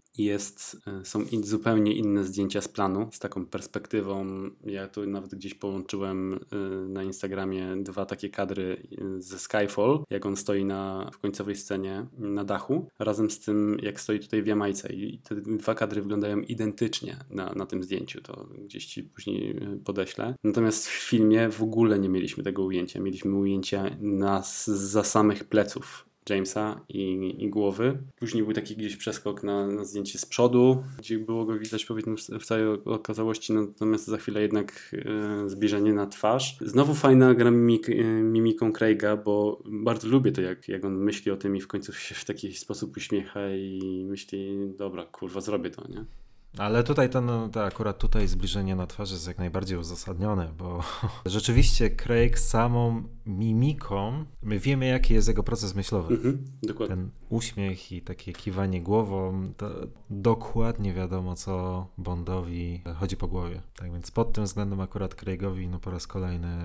są zupełnie inne zdjęcia z planu, z taką perspektywą. Ja tu nawet gdzieś połączyłem na Instagramie 2 takie kadry ze Skyfall, jak on stoi w końcowej scenie na dachu, razem z tym, jak stoi tutaj w Jamajce. I te 2 kadry wyglądają identycznie na tym zdjęciu. To gdzieś ci później podeślę. Natomiast w filmie w ogóle nie mieliśmy tego ujęcia. Mieliśmy ujęcia zza samych pleców Jamesa i głowy. Później był taki gdzieś przeskok na zdjęcie z przodu, gdzie było go widać powiedzmy w całej okazałości, natomiast za chwilę jednak zbliżenie na twarz. Znowu fajna gra mimiką Craiga, bo bardzo lubię to, jak on myśli o tym i w końcu się w taki sposób uśmiecha i myśli, dobra, kurwa, zrobię to, nie? Ale tutaj akurat tutaj zbliżenie na twarz jest jak najbardziej uzasadnione, bo rzeczywiście Craig samą mimiką, my wiemy jaki jest jego proces myślowy. Dokładnie. Ten uśmiech i takie kiwanie głową, to dokładnie wiadomo, co Bondowi chodzi po głowie. Tak więc pod tym względem akurat Craigowi po raz kolejny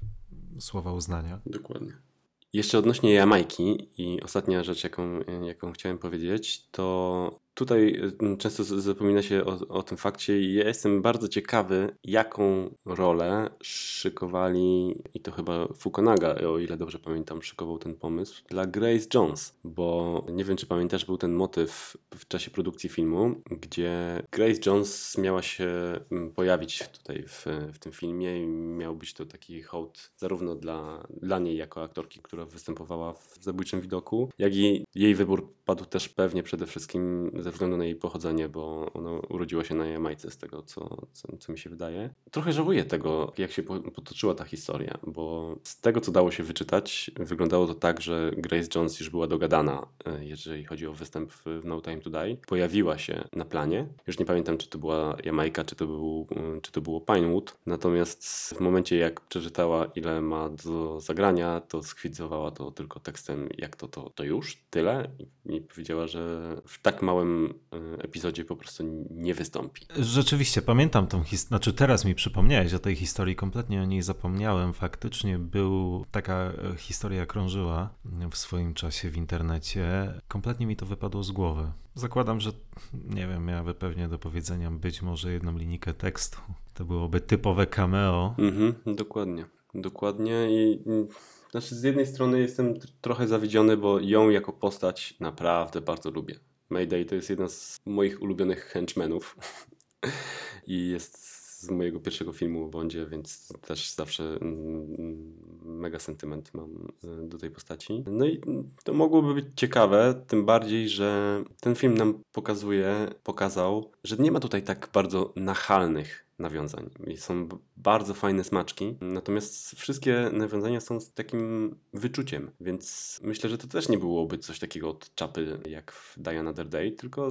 słowa uznania. Dokładnie. Jeszcze odnośnie Jamajki i ostatnia rzecz, jaką chciałem powiedzieć, to tutaj często zapomina się o tym fakcie i ja jestem bardzo ciekawy, jaką rolę szykowali, i to chyba Fukunaga, o ile dobrze pamiętam, szykował ten pomysł, dla Grace Jones, bo nie wiem, czy pamiętasz, był ten motyw w czasie produkcji filmu, gdzie Grace Jones miała się pojawić tutaj w tym filmie i miał być to taki hołd zarówno dla niej jako aktorki, która występowała w Zabójczym widoku, jak i jej wybór padł też pewnie przede wszystkim ze względu na jej pochodzenie, bo ona urodziła się na Jamajce, z tego co mi się wydaje. Trochę żałuję tego, jak się potoczyła ta historia, bo z tego co dało się wyczytać, wyglądało to tak, że Grace Jones już była dogadana, jeżeli chodzi o występ w No Time to Die. Pojawiła się na planie. Już nie pamiętam, czy to była Jamajka, czy to było Pinewood. Natomiast w momencie, jak przeczytała, ile ma do zagrania, to skwitowała to tylko tekstem, jak to już? Tyle? I powiedziała, że w tak małym epizodzie po prostu nie wystąpi. Rzeczywiście, pamiętam tą historię, znaczy teraz mi przypomniałeś o tej historii, kompletnie o niej zapomniałem. Faktycznie taka historia krążyła w swoim czasie w internecie. Kompletnie mi to wypadło z głowy. Zakładam, że nie wiem, miałaby pewnie do powiedzenia być może jedną linijkę tekstu. To byłoby typowe cameo. Dokładnie i znaczy z jednej strony jestem trochę zawiedziony, bo ją jako postać naprawdę bardzo lubię. Mayday to jest jedna z moich ulubionych henchmenów i jest z mojego pierwszego filmu o Bondzie, więc też zawsze mega sentyment mam do tej postaci. No i to mogłoby być ciekawe, tym bardziej, że ten film nam pokazał, że nie ma tutaj tak bardzo nachalnych nawiązań. I są bardzo fajne smaczki, natomiast wszystkie nawiązania są z takim wyczuciem, więc myślę, że to też nie byłoby coś takiego od czapy jak w Die Another Day, tylko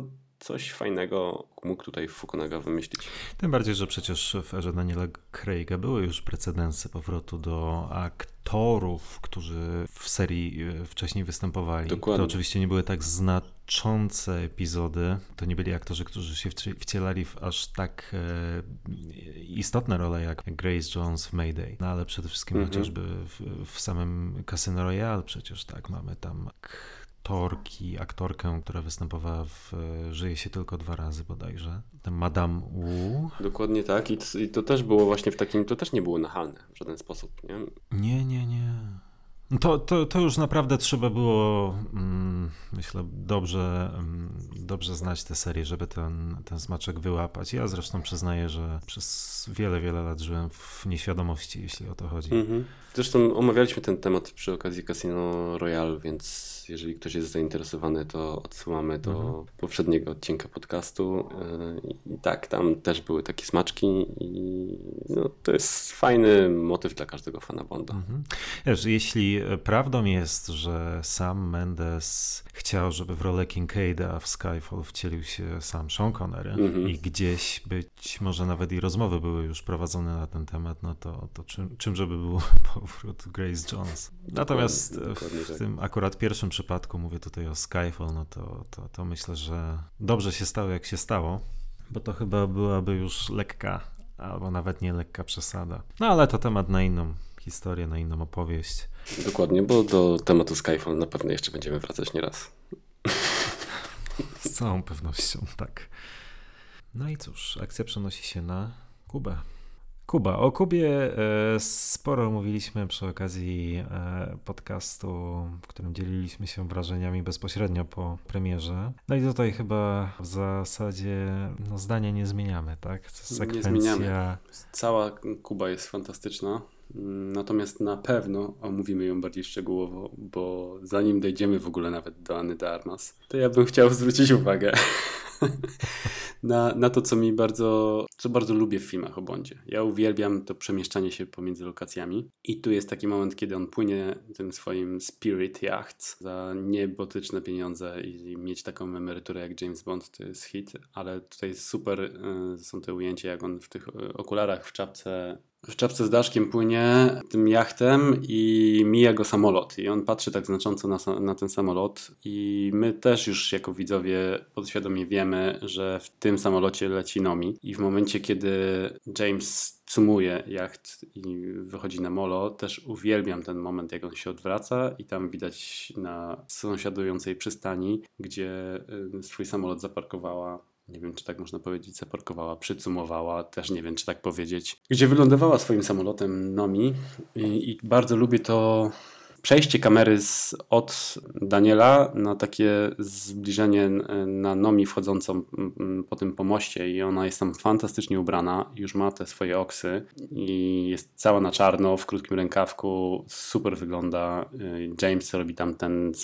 coś fajnego mógł tutaj Fukunaga wymyślić. Tym bardziej, że przecież w erze Daniela Craiga były już precedensy powrotu do aktorów, którzy w serii wcześniej występowali. Dokładnie. To oczywiście nie były tak znaczące epizody. To nie byli aktorzy, którzy się wcielali w aż tak istotne role jak Grace Jones w Mayday. No ale przede wszystkim chociażby w samym Casino Royale przecież tak mamy tam aktorkę, która występowała w Żyje się tylko 2 razy bodajże. Madame Wu. Dokładnie tak i to też było właśnie w takim, to też nie było nachalne w żaden sposób, nie? Nie. To już naprawdę trzeba było, myślę, dobrze znać tę serię, żeby ten smaczek wyłapać. Ja zresztą przyznaję, że przez wiele lat żyłem w nieświadomości, jeśli o to chodzi. Zresztą omawialiśmy ten temat przy okazji Casino Royale, więc jeżeli ktoś jest zainteresowany, to odsyłamy do poprzedniego odcinka podcastu. I tak, tam też były takie smaczki i no, to jest fajny motyw dla każdego fana Bonda. Wiesz, jeśli prawdą jest, że Sam Mendes chciał, żeby w rolę Kincaida w Skyfall wcielił się sam Sean Connery i gdzieś być może nawet i rozmowy były już prowadzone na ten temat, no to czym żeby był powrót Grace Jones. Natomiast w tym akurat pierwszym przypadku, mówię tutaj o Skyfall, no to myślę, że dobrze się stało jak się stało, bo to chyba byłaby już lekka, albo nawet nie lekka przesada. No ale to temat na inną historię, na inną opowieść. Dokładnie, bo do tematu Skyfall na pewno jeszcze będziemy wracać nieraz. Z całą pewnością, tak. No i cóż, akcja przenosi się na Kubę. O Kubie sporo mówiliśmy przy okazji podcastu, w którym dzieliliśmy się wrażeniami bezpośrednio po premierze. No i tutaj chyba w zasadzie zdania nie zmieniamy, tak? Nie zmieniamy. Cała Kuba jest fantastyczna. Natomiast na pewno omówimy ją bardziej szczegółowo, bo zanim dojdziemy w ogóle nawet do Anny de Armas, to ja bym chciał zwrócić uwagę na to, co bardzo lubię w filmach o Bondzie. Ja uwielbiam to przemieszczanie się pomiędzy lokacjami i tu jest taki moment, kiedy on płynie tym swoim Spirit Yacht za niebotyczne pieniądze i mieć taką emeryturę jak James Bond to jest hit, ale tutaj super są te ujęcia, jak on w tych okularach w czapce z daszkiem płynie tym jachtem i mija go samolot i on patrzy tak znacząco na ten samolot i my też już jako widzowie podświadomie wiemy, że w tym samolocie leci Nomi i w momencie, kiedy James sumuje jacht i wychodzi na molo, też uwielbiam ten moment, jak on się odwraca i tam widać na sąsiadującej przystani, gdzie swój samolot zaparkowała. Nie wiem, czy tak można powiedzieć, przycumowała, też nie wiem, czy tak powiedzieć. Gdzie wylądowała swoim samolotem Nomi i bardzo lubię to przejście kamery od Daniela na takie zbliżenie na Nomi wchodzącą po tym pomoście i ona jest tam fantastycznie ubrana, już ma te swoje oksy i jest cała na czarno, w krótkim rękawku, super wygląda. James robi tam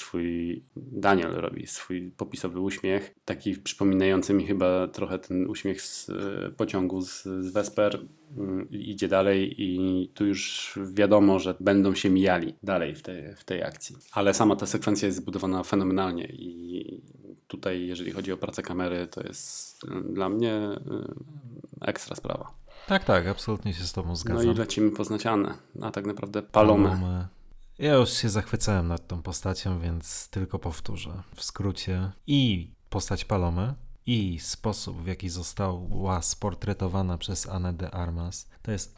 Daniel robi swój popisowy uśmiech, taki przypominający mi chyba trochę ten uśmiech z pociągu z Vesper. Idzie dalej i tu już wiadomo, że będą się mijali dalej w tej akcji. Ale sama ta sekwencja jest zbudowana fenomenalnie i tutaj, jeżeli chodzi o pracę kamery, to jest dla mnie ekstra sprawa. Tak, absolutnie się z tobą zgadzam. No i lecimy poznać Annę, a tak naprawdę Palomę. Ja już się zachwycałem nad tą postacią, więc tylko powtórzę. W skrócie i postać Palomy, i sposób, w jaki została sportretowana przez Annę de Armas, to jest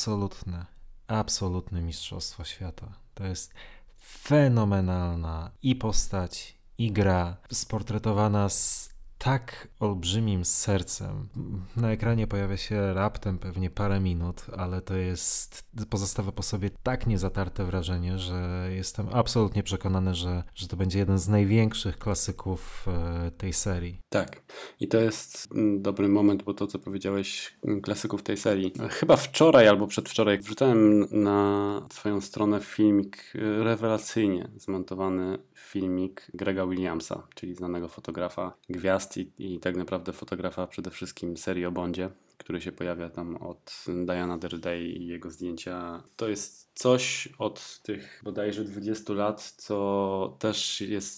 absolutne mistrzostwo świata. To jest fenomenalna i postać, i gra, sportretowana z tak olbrzymim sercem. Na ekranie pojawia się raptem pewnie parę minut, ale pozostawia po sobie tak niezatarte wrażenie, że jestem absolutnie przekonany, że to będzie jeden z największych klasyków tej serii. Tak. I to jest dobry moment, bo to, co powiedziałeś, klasyków tej serii. Chyba wczoraj albo przedwczoraj wrzucałem na swoją stronę filmik, rewelacyjnie zmontowany filmik Grega Williamsa, czyli znanego fotografa gwiazd i tak naprawdę fotografa przede wszystkim serii o Bondzie, który się pojawia tam od Diana Day i jego zdjęcia. To jest coś od tych bodajże 20 lat, co też jest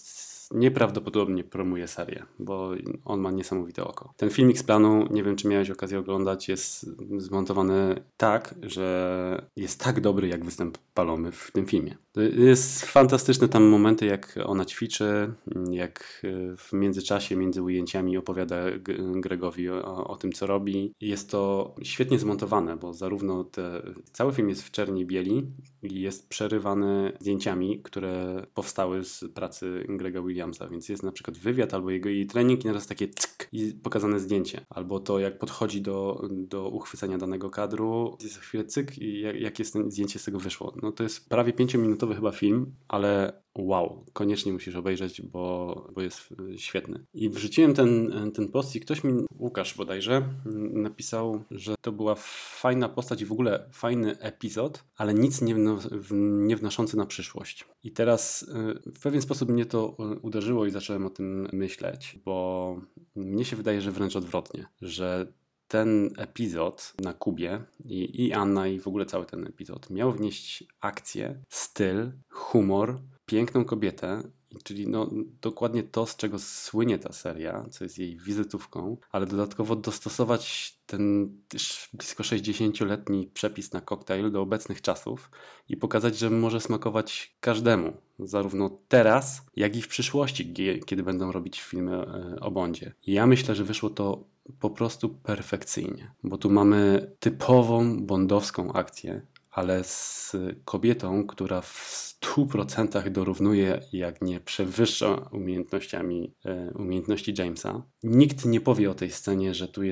nieprawdopodobnie promuje serię, bo on ma niesamowite oko. Ten filmik z planu, nie wiem czy miałeś okazję oglądać, jest zmontowany tak, że jest tak dobry jak występ Palomy w tym filmie. Jest fantastyczne tam momenty, jak ona ćwiczy, jak w międzyczasie, między ujęciami opowiada Gregowi o tym, co robi. Jest to świetnie zmontowane, bo zarówno cały film jest w czerni i bieli i jest przerywany zdjęciami, które powstały z pracy Grega Williamsa, więc jest na przykład wywiad albo jej trening i naraz takie cyk i pokazane zdjęcie. Albo to, jak podchodzi do uchwycenia danego kadru, jest za chwilę cyk i jakie zdjęcie z tego wyszło. No to jest prawie 5-minutowy chyba film, ale wow, koniecznie musisz obejrzeć, bo jest świetny. I wrzuciłem ten post i ktoś mi, Łukasz bodajże, napisał, że to była fajna postać i w ogóle fajny epizod, ale nic nie wnoszący na przyszłość. I teraz w pewien sposób mnie to uderzyło i zacząłem o tym myśleć, bo mnie się wydaje, że wręcz odwrotnie, że ten epizod na Kubie i Anna i w ogóle cały ten epizod miał wnieść akcję, styl, humor, piękną kobietę, czyli dokładnie to, z czego słynie ta seria, co jest jej wizytówką, ale dodatkowo dostosować ten blisko 60-letni przepis na koktajl do obecnych czasów i pokazać, że może smakować każdemu, zarówno teraz, jak i w przyszłości, kiedy będą robić filmy o Bondzie. I ja myślę, że wyszło to po prostu perfekcyjnie, bo tu mamy typową bondowską akcję, ale z kobietą, która w 100% dorównuje, jak nie przewyższa umiejętności Jamesa. Nikt nie powie o tej scenie,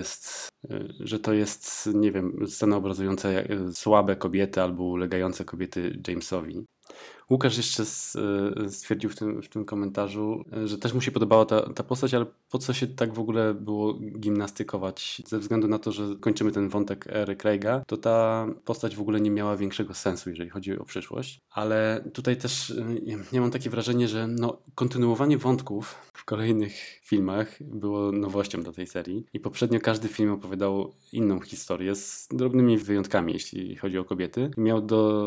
że to jest, nie wiem, scena obrazująca słabe kobiety albo ulegające kobiety Jamesowi. Łukasz jeszcze stwierdził w tym komentarzu, że też mu się podobała ta postać, ale po co się tak w ogóle było gimnastykować? Ze względu na to, że kończymy ten wątek ery Craiga, to ta postać w ogóle nie miała większego sensu, jeżeli chodzi o przyszłość. Ale tutaj też ja mam takie wrażenie, że kontynuowanie wątków w kolejnych filmach było nowością dla tej serii. I poprzednio każdy film opowiadał inną historię z drobnymi wyjątkami, jeśli chodzi o kobiety. Miał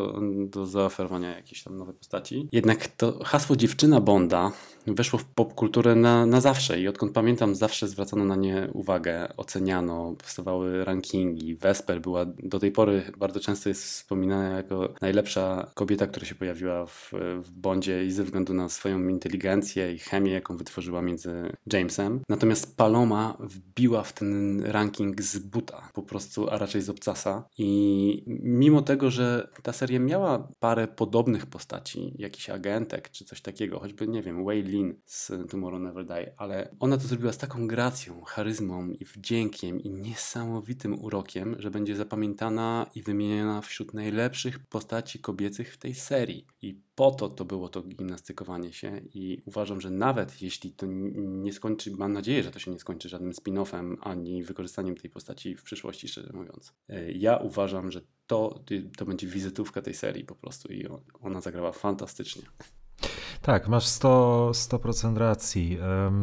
do zaoferowania jakieś tam nowe postaci. Jednak to hasło dziewczyna Bonda weszło w popkulturę na zawsze i odkąd pamiętam, zawsze zwracano na nie uwagę, oceniano, powstawały rankingi. Vesper była do tej pory bardzo często jest wspominana jako najlepsza kobieta, która się pojawiła w Bondzie i ze względu na swoją inteligencję i chemię, jaką wytworzyła między Jamesem. Natomiast Paloma wbiła w ten ranking z buta, po prostu, a raczej z obcasa. I mimo tego, że ta seria miała parę podobnych postaci, jakichś agentek czy coś takiego, choćby, nie wiem, Wei Lin z Tomorrow Never Die, ale ona to zrobiła z taką gracją, charyzmą i wdziękiem i niesamowitym urokiem, że będzie zapamiętana i wymieniana wśród najlepszych postaci kobiecych w tej serii. I po to było to gimnastykowanie się i uważam, że nawet jeśli to nie skończy, mam nadzieję, że to się nie skończy żadnym spin-offem, ani wykorzystaniem tej postaci w przyszłości, szczerze mówiąc. Ja uważam, że to będzie wizytówka tej serii po prostu i ona zagrała fantastycznie. Tak, masz 100% racji.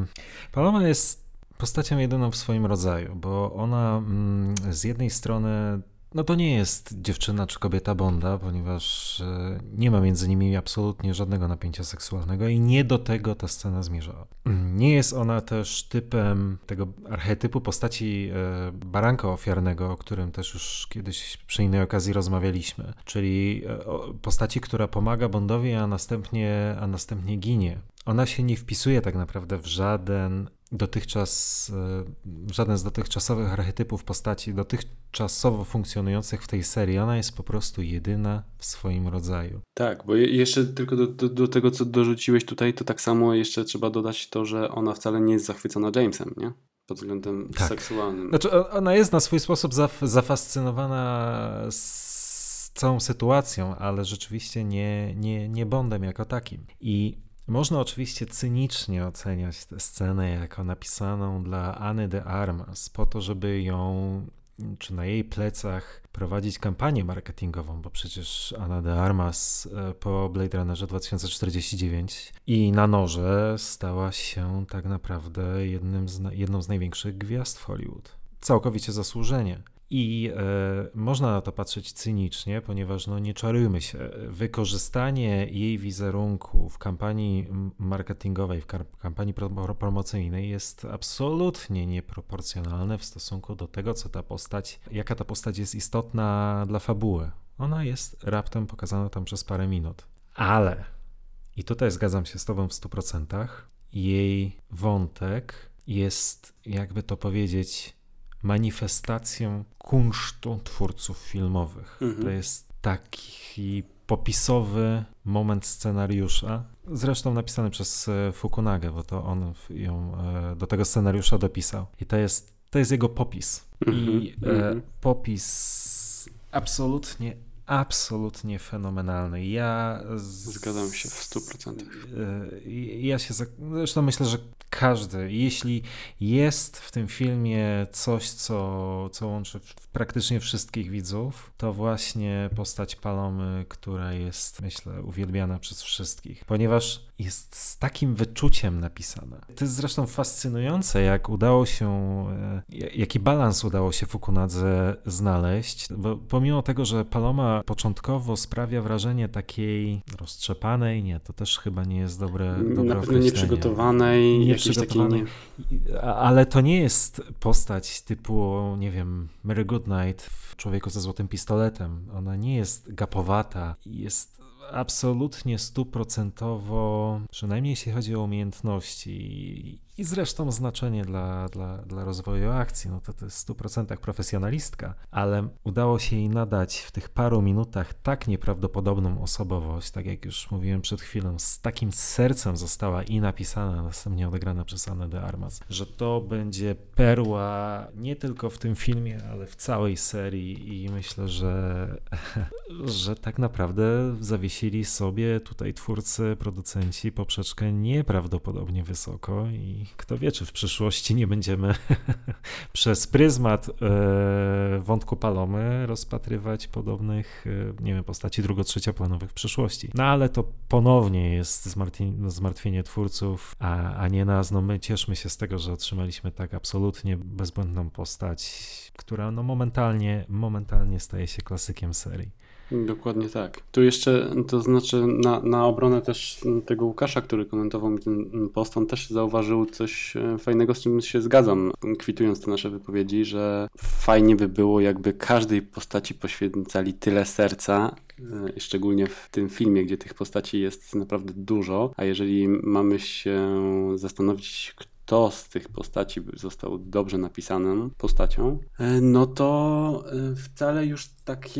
Paloma jest postacią jedyną w swoim rodzaju, bo ona z jednej strony to nie jest dziewczyna czy kobieta Bonda, ponieważ nie ma między nimi absolutnie żadnego napięcia seksualnego i nie do tego ta scena zmierzała. Nie jest ona też typem tego archetypu postaci baranka ofiarnego, o którym też już kiedyś przy innej okazji rozmawialiśmy, czyli postaci, która pomaga Bondowi, a następnie ginie. Ona się nie wpisuje tak naprawdę w żaden z dotychczasowych archetypów postaci dotychczasowo funkcjonujących w tej serii. Ona jest po prostu jedyna w swoim rodzaju. Tak, bo jeszcze tylko do tego, co dorzuciłeś tutaj, to tak samo jeszcze trzeba dodać to, że ona wcale nie jest zachwycona Jamesem, nie? Pod względem seksualnym. Znaczy, ona jest na swój sposób zafascynowana z całą sytuacją, ale rzeczywiście nie Bondem jako takim. I można oczywiście cynicznie oceniać tę scenę jako napisaną dla Anny de Armas po to, żeby ją, czy na jej plecach prowadzić kampanię marketingową, bo przecież Anna de Armas po Blade Runnerze 2049 i na noże stała się tak naprawdę jedną z największych gwiazd w Hollywood. Całkowicie zasłużenie. I można na to patrzeć cynicznie, ponieważ no nie czarujmy się, wykorzystanie jej wizerunku w kampanii marketingowej, w kampanii promocyjnej jest absolutnie nieproporcjonalne w stosunku do tego, jaka ta postać jest istotna dla fabuły. Ona jest raptem pokazana tam przez parę minut. Ale, i tutaj zgadzam się z tobą w 100%, jej wątek jest, jakby to powiedzieć, manifestacją kunsztu twórców filmowych. To jest taki popisowy moment scenariusza, zresztą napisany przez Fukunagę, bo to on ją do tego scenariusza dopisał. I to jest jego popis. I popis absolutnie fenomenalny. Zgadzam się w 100%. Zresztą myślę, że każdy, jeśli jest w tym filmie coś, co łączy praktycznie wszystkich widzów, to właśnie postać Palomy, która jest, myślę, uwielbiana przez wszystkich, ponieważ jest z takim wyczuciem napisana. To jest zresztą fascynujące, jaki balans udało się Fukunadze znaleźć, bo pomimo tego, że Paloma początkowo sprawia wrażenie takiej roztrzepanej, nie, to też chyba nie jest dobre określenie. Nieprzygotowanej. Ale to nie jest postać typu, nie wiem, Mary Goodnight w Człowieku ze złotym pistoletem. Ona nie jest gapowata, jest absolutnie 100%, przynajmniej jeśli chodzi o umiejętności i zresztą znaczenie dla rozwoju akcji, no to jest w 100% profesjonalistka, ale udało się jej nadać w tych paru minutach tak nieprawdopodobną osobowość, tak jak już mówiłem przed chwilą, z takim sercem została i napisana, a następnie odegrana przez Annę de Armas, że to będzie perła nie tylko w tym filmie, ale w całej serii i myślę, że tak naprawdę zawiesili sobie tutaj twórcy, producenci poprzeczkę nieprawdopodobnie wysoko i kto wie, czy w przyszłości nie będziemy przez pryzmat wątku Palomy rozpatrywać podobnych, nie wiem, postaci drugo-trzecioplanowych w przyszłości. No ale to ponownie jest zmartwienie twórców, a nie nas. No my cieszmy się z tego, że otrzymaliśmy tak absolutnie bezbłędną postać, która no momentalnie staje się klasykiem serii. Dokładnie tak. Tu jeszcze, to znaczy na obronę też tego Łukasza, który komentował mi ten post, on też zauważył coś fajnego, z czym się zgadzam, kwitując te nasze wypowiedzi, że fajnie by było, jakby każdej postaci poświęcali tyle serca, szczególnie w tym filmie, gdzie tych postaci jest naprawdę dużo, a jeżeli mamy się zastanowić, kto z tych postaci został dobrze napisaną postacią, no to wcale już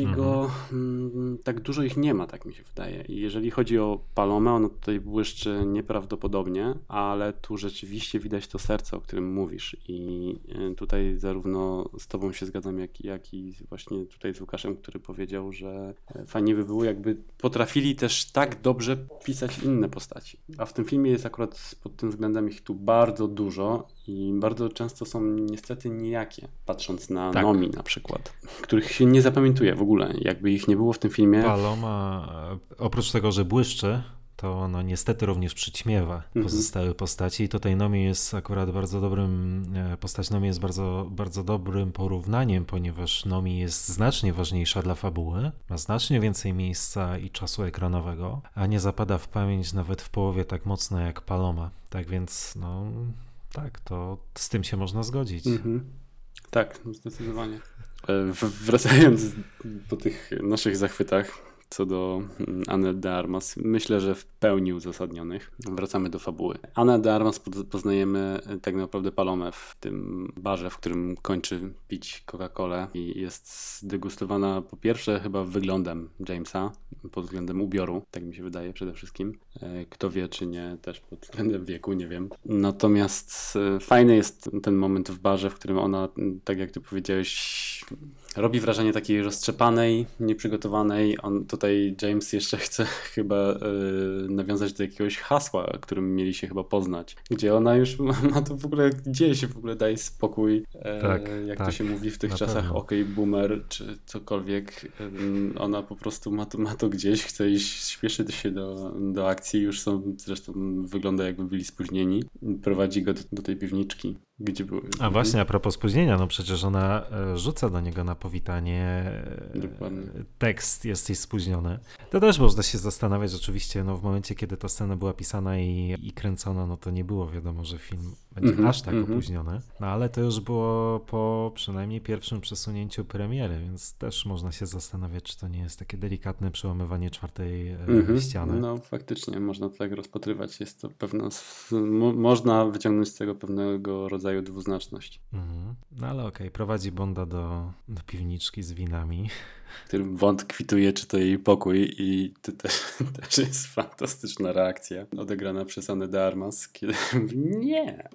tak dużo ich nie ma, tak mi się wydaje. I jeżeli chodzi o Palomę, ona tutaj błyszczy nieprawdopodobnie, ale tu rzeczywiście widać to serce, o którym mówisz. I tutaj zarówno z tobą się zgadzam, jak i właśnie tutaj z Łukaszem, który powiedział, że fajnie by było, jakby potrafili też tak dobrze pisać inne postaci. A w tym filmie jest akurat pod tym względem ich tu bardzo dużo i bardzo często są niestety nijakie, patrząc na Nomi na przykład, których się nie zapamiętuje w ogóle, jakby ich nie było w tym filmie. Paloma, oprócz tego, że błyszczy, to ono niestety również przyćmiewa pozostałe postaci i tutaj Nomi jest akurat postać Nomi jest bardzo, bardzo dobrym porównaniem, ponieważ Nomi jest znacznie ważniejsza dla fabuły, ma znacznie więcej miejsca i czasu ekranowego, a nie zapada w pamięć nawet w połowie tak mocno jak Paloma. Tak więc, no tak, to z tym się można zgodzić. Tak, zdecydowanie. Wracając po tych naszych zachwytach co do Anny de Armas, myślę, że w pełni uzasadnionych. Wracamy do fabuły. Annę de Armas poznajemy tak naprawdę Palomę w tym barze, w którym kończy pić Coca-Colę i jest degustowana po pierwsze chyba wyglądem Jamesa, pod względem ubioru, tak mi się wydaje przede wszystkim. Kto wie, czy nie, też pod względem wieku, nie wiem. Natomiast fajny jest ten moment w barze, w którym ona, tak jak ty powiedziałeś, robi wrażenie takiej roztrzepanej, nieprzygotowanej. Tutaj James jeszcze chce chyba nawiązać do jakiegoś hasła, którym mieli się chyba poznać, gdzie ona już ma to w ogóle gdzieś, w ogóle daje spokój, jak to się mówi w tych czasach, okej, boomer, czy cokolwiek. Ona po prostu ma to gdzieś, chce iść, śpieszy się do akcji, już zresztą wygląda jakby byli spóźnieni. Prowadzi go do tej piwniczki. Gdzie były? A właśnie, a propos spóźnienia, no przecież ona rzuca do niego na powitanie Dokładnie. tekst, jesteś spóźniony. To też można się zastanawiać oczywiście, no w momencie, kiedy ta scena była pisana i kręcona, no to nie było wiadomo, że film będzie aż tak opóźniony. No ale to już było po przynajmniej pierwszym przesunięciu premiery, więc też można się zastanawiać, czy to nie jest takie delikatne przełamywanie czwartej ściany. No faktycznie, można to tak rozpatrywać. Jest to można wyciągnąć z tego pewnego rodzaju dwuznaczność. No ale okej, prowadzi Bonda do piwniczki z winami. Którym Bond kwituje, czy to jej pokój i to też jest fantastyczna reakcja odegrana przez Annę de Armas, kiedy mówi, nie,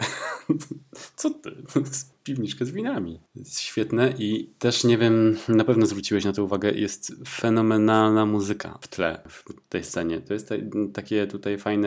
co ty, to jest piwniczka z winami. Jest świetne i też nie wiem, na pewno zwróciłeś na to uwagę, jest fenomenalna muzyka w tle w tej scenie. To jest takie tutaj fajne,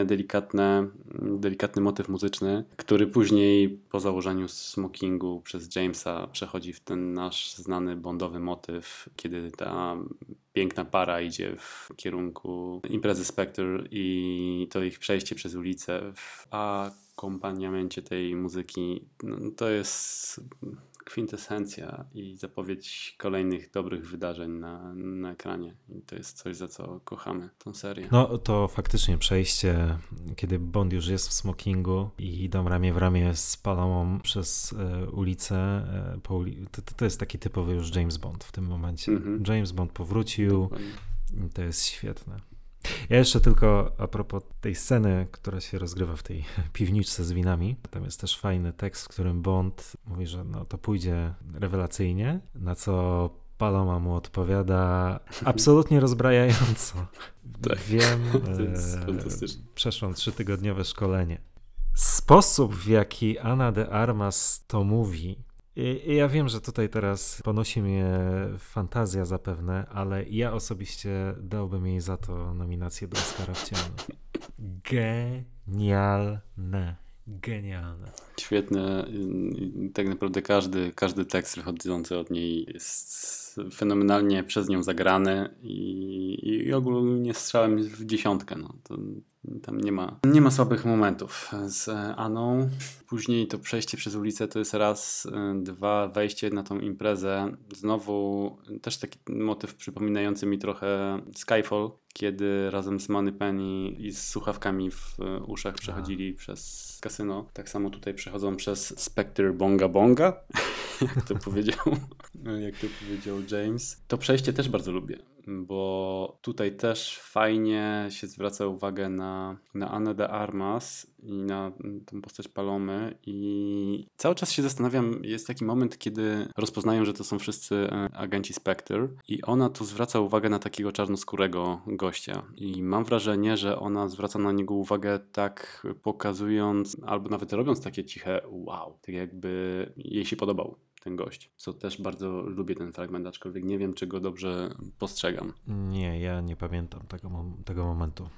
delikatny motyw muzyczny, który później po założeniu smokingu przez Jamesa przechodzi w ten nasz znany bondowy motyw, kiedy ta piękna para idzie w kierunku imprezy Spectre i to ich przejście przez ulicę w akompaniamencie tej muzyki, no, to jest kwintesencja i zapowiedź kolejnych dobrych wydarzeń na ekranie. I to jest coś, za co kochamy tą serię. No to faktycznie przejście, kiedy Bond już jest w smokingu i idą ramię w ramię z Palomą przez ulicę, to jest taki typowy już James Bond w tym momencie. James Bond powrócił. Dokładnie. I to jest świetne. Ja jeszcze tylko a propos tej sceny, która się rozgrywa w tej piwniczce z winami. Tam jest też fajny tekst, w którym Bond mówi, że no to pójdzie rewelacyjnie, na co Paloma mu odpowiada absolutnie rozbrajająco. Tak. Wiem, To jest fantastyczne. przeszłam 3-tygodniowe szkolenie. Sposób, w jaki Ana de Armas to mówi, i ja wiem, że tutaj teraz ponosi mnie fantazja zapewne, ale ja osobiście dałbym jej za to nominację do Oscara w ciemno. Genialne. Genialne. Świetne. I tak naprawdę każdy tekst wychodzący od niej jest fenomenalnie przez nią zagrany i ogólnie strzałem w 10. No. Tam nie ma słabych momentów z Aną. Później to przejście przez ulicę to jest raz, dwa, wejście na tą imprezę. Znowu też taki motyw przypominający mi trochę Skyfall, kiedy razem z Moneypenny i z słuchawkami w uszach przechodzili przez kasyno. Tak samo tutaj przechodzą przez Spectre Bonga Bonga, jak to powiedział James. To przejście też bardzo lubię, bo tutaj też fajnie się zwraca uwagę na Annę de Armas i na tą postać Palomy i cały czas się zastanawiam, jest taki moment, kiedy rozpoznają, że to są wszyscy agenci Spectre i ona tu zwraca uwagę na takiego czarnoskórego gościa i mam wrażenie, że ona zwraca na niego uwagę tak pokazując, albo nawet robiąc takie ciche wow, tak jakby jej się podobał ten gość, co też bardzo lubię ten fragment, aczkolwiek nie wiem, czy go dobrze postrzegam. Nie, ja nie pamiętam tego momentu.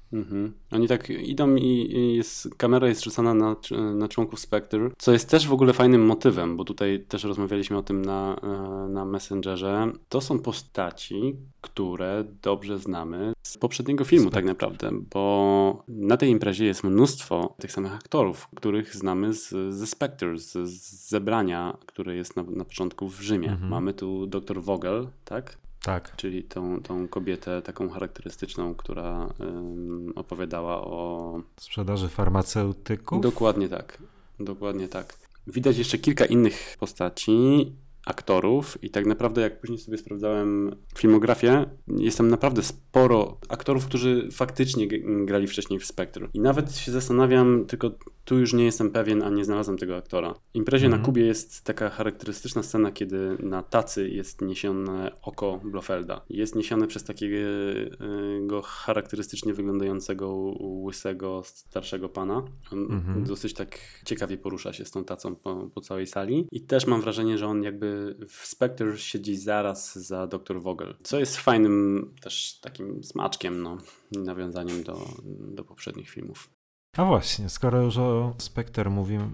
Oni tak idą i kamera jest rzucana na członków Spectre, co jest też w ogóle fajnym motywem, bo tutaj też rozmawialiśmy o tym na Messengerze. To są postaci, które dobrze znamy z poprzedniego filmu tak naprawdę, bo na tej imprezie jest mnóstwo tych samych aktorów, których znamy ze Spectre, z zebrania, które jest na początku w Rzymie. Mamy tu dr Vogel, tak? Tak. Czyli tą kobietę taką charakterystyczną, która opowiadała o sprzedaży farmaceutyków? Dokładnie tak. Widać jeszcze kilka innych postaci, aktorów i tak naprawdę jak później sobie sprawdzałem filmografię, jest tam naprawdę sporo aktorów, którzy faktycznie grali wcześniej w Spectre. I nawet się zastanawiam, tylko tu już nie jestem pewien, a nie znalazłem tego aktora. W imprezie na Kubie jest taka charakterystyczna scena, kiedy na tacy jest niesione oko Blofelda. Jest niesione przez takiego charakterystycznie wyglądającego, łysego, starszego pana. On dosyć tak ciekawie porusza się z tą tacą po całej sali. I też mam wrażenie, że on jakby w Spectre siedzi zaraz za dr Vogel. Co jest fajnym też takim smaczkiem, nawiązaniem do poprzednich filmów. A właśnie, skoro już o Spectre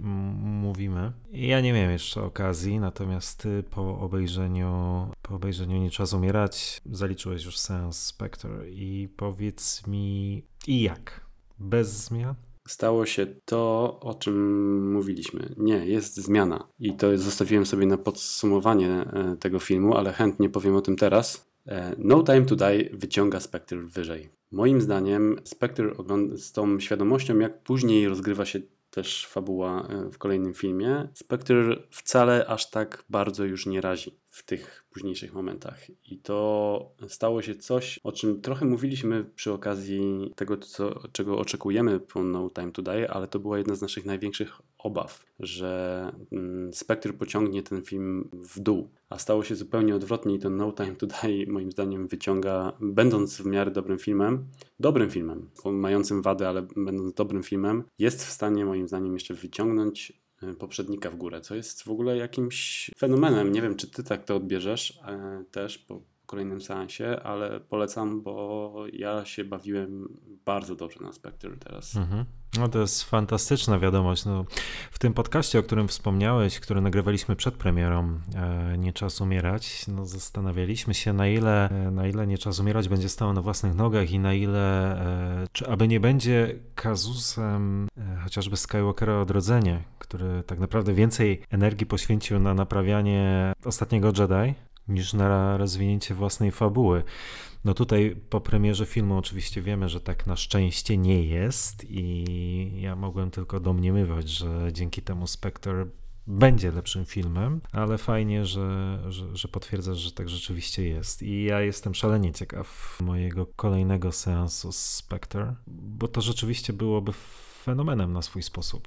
mówimy, ja nie miałem jeszcze okazji, natomiast ty po obejrzeniu Nie czas umierać zaliczyłeś już seans Spectre i powiedz mi, i jak? Bez zmian? Stało się to, o czym mówiliśmy. Nie, jest zmiana. I to zostawiłem sobie na podsumowanie tego filmu, ale chętnie powiem o tym teraz. No Time to Die wyciąga Spectre wyżej. Moim zdaniem Spectre z tą świadomością, jak później rozgrywa się też fabuła w kolejnym filmie, Spectre wcale aż tak bardzo już nie razi w tych późniejszych momentach. I to stało się coś, o czym trochę mówiliśmy przy okazji tego, czego oczekujemy po No Time to Die, ale to była jedna z naszych największych obaw, że Spectre pociągnie ten film w dół. A stało się zupełnie odwrotnie i to No Time to Die moim zdaniem wyciąga, będąc w miarę dobrym filmem, mającym wady, ale będąc dobrym filmem, jest w stanie moim zdaniem jeszcze wyciągnąć poprzednika w górę, co jest w ogóle jakimś fenomenem. Nie wiem, czy ty tak to odbierzesz też po kolejnym seansie, ale polecam, bo ja się bawiłem bardzo dobrze na Spectre teraz. No to jest fantastyczna wiadomość. No, w tym podcaście, o którym wspomniałeś, który nagrywaliśmy przed premierą Nie czas umierać, no zastanawialiśmy się, na ile Nie czas umierać będzie stało na własnych nogach i na ile, czy aby nie będzie kazusem chociażby Skywalkera Odrodzenie, który tak naprawdę więcej energii poświęcił na naprawianie Ostatniego Jedi niż na rozwinięcie własnej fabuły. No tutaj po premierze filmu oczywiście wiemy, że tak na szczęście nie jest i ja mogłem tylko domniemywać, że dzięki temu Spectre będzie lepszym filmem, ale fajnie, że potwierdzasz, że tak rzeczywiście jest. I ja jestem szalenie ciekaw mojego kolejnego seansu z Spectre, bo to rzeczywiście byłoby fenomenem na swój sposób.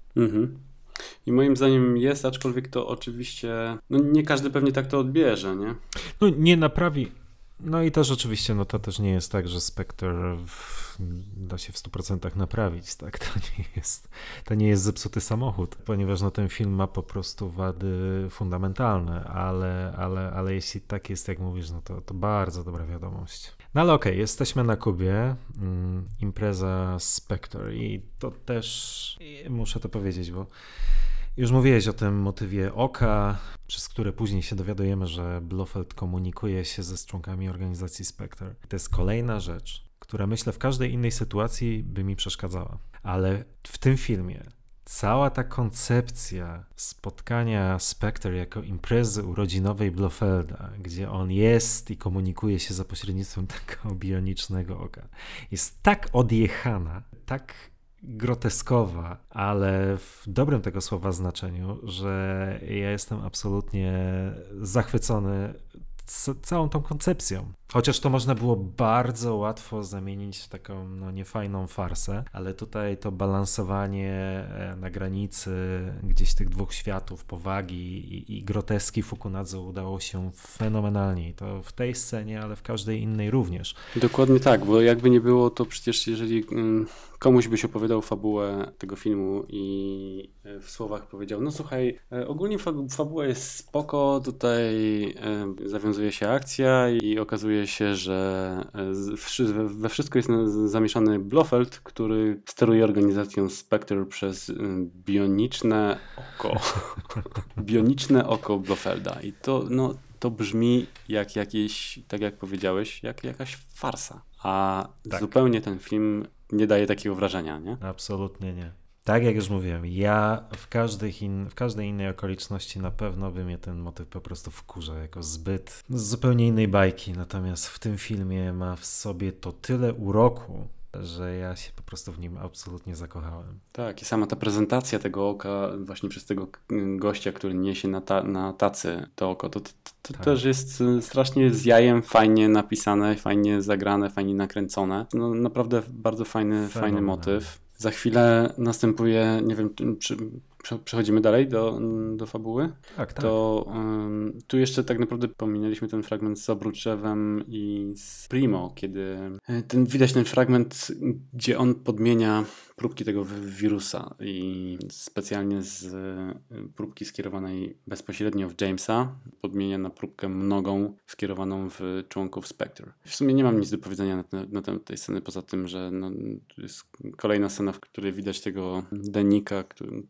I moim zdaniem jest, aczkolwiek to oczywiście, no nie każdy pewnie tak to odbierze, nie? No nie naprawi. No i też oczywiście, no to też nie jest tak, że Spectre da się w 100% naprawić, tak? To nie jest zepsuty samochód, ponieważ no ten film ma po prostu wady fundamentalne, ale jeśli tak jest, jak mówisz, no to bardzo dobra wiadomość. No ale okej, jesteśmy na Kubie, impreza Spectre i to też muszę to powiedzieć, bo już mówiłeś o tym motywie oka, przez które później się dowiadujemy, że Blofeld komunikuje się ze członkami organizacji Spectre. To jest kolejna rzecz, która myślę w każdej innej sytuacji by mi przeszkadzała. Ale w tym filmie cała ta koncepcja spotkania Spectre jako imprezy urodzinowej Blofelda, gdzie on jest i komunikuje się za pośrednictwem tego bionicznego oka, jest tak odjechana, tak groteskowa, ale w dobrym tego słowa znaczeniu, że ja jestem absolutnie zachwycony całą tą koncepcją. Chociaż to można było bardzo łatwo zamienić w taką niefajną farsę, ale tutaj to balansowanie na granicy gdzieś tych dwóch światów, powagi i groteski Fukunadze udało się fenomenalnie. I to w tej scenie, ale w każdej innej również. Dokładnie tak, bo jakby nie było, to przecież jeżeli komuś byś opowiadał fabułę tego filmu i w słowach powiedział, no słuchaj, ogólnie fabuła jest spoko, tutaj zawiązuje się akcja i okazuje się, że we wszystko jest zamieszany Blofeld, który steruje organizacją Spectre przez bioniczne oko Blofelda. I to brzmi jak jakieś, tak jak powiedziałeś, jak jakaś farsa. A tak. Zupełnie ten film nie daje takiego wrażenia, nie? Absolutnie nie. Tak jak już mówiłem, ja w każdej innej okoliczności na pewno by mnie ten motyw po prostu wkurza jako zbyt z zupełnie innej bajki, natomiast w tym filmie ma w sobie to tyle uroku, że ja się po prostu w nim absolutnie zakochałem. Tak, i sama ta prezentacja tego oka właśnie przez tego gościa, który niesie na tacy to oko, to tak. Też jest strasznie z jajem fajnie napisane, fajnie zagrane, fajnie nakręcone. No naprawdę bardzo fajny motyw. Za chwilę następuje, nie wiem, czy przechodzimy dalej do fabuły? Tak. To tu jeszcze tak naprawdę pominęliśmy ten fragment z Obruczewem i z Primo, kiedy widać ten fragment, gdzie on podmienia próbki tego wirusa i specjalnie z próbki skierowanej bezpośrednio w Jamesa podmienia na próbkę mnogą skierowaną w członków Spectre. W sumie nie mam nic do powiedzenia na temat tej sceny, poza tym, że to jest kolejna scena, w której widać tego Denika, który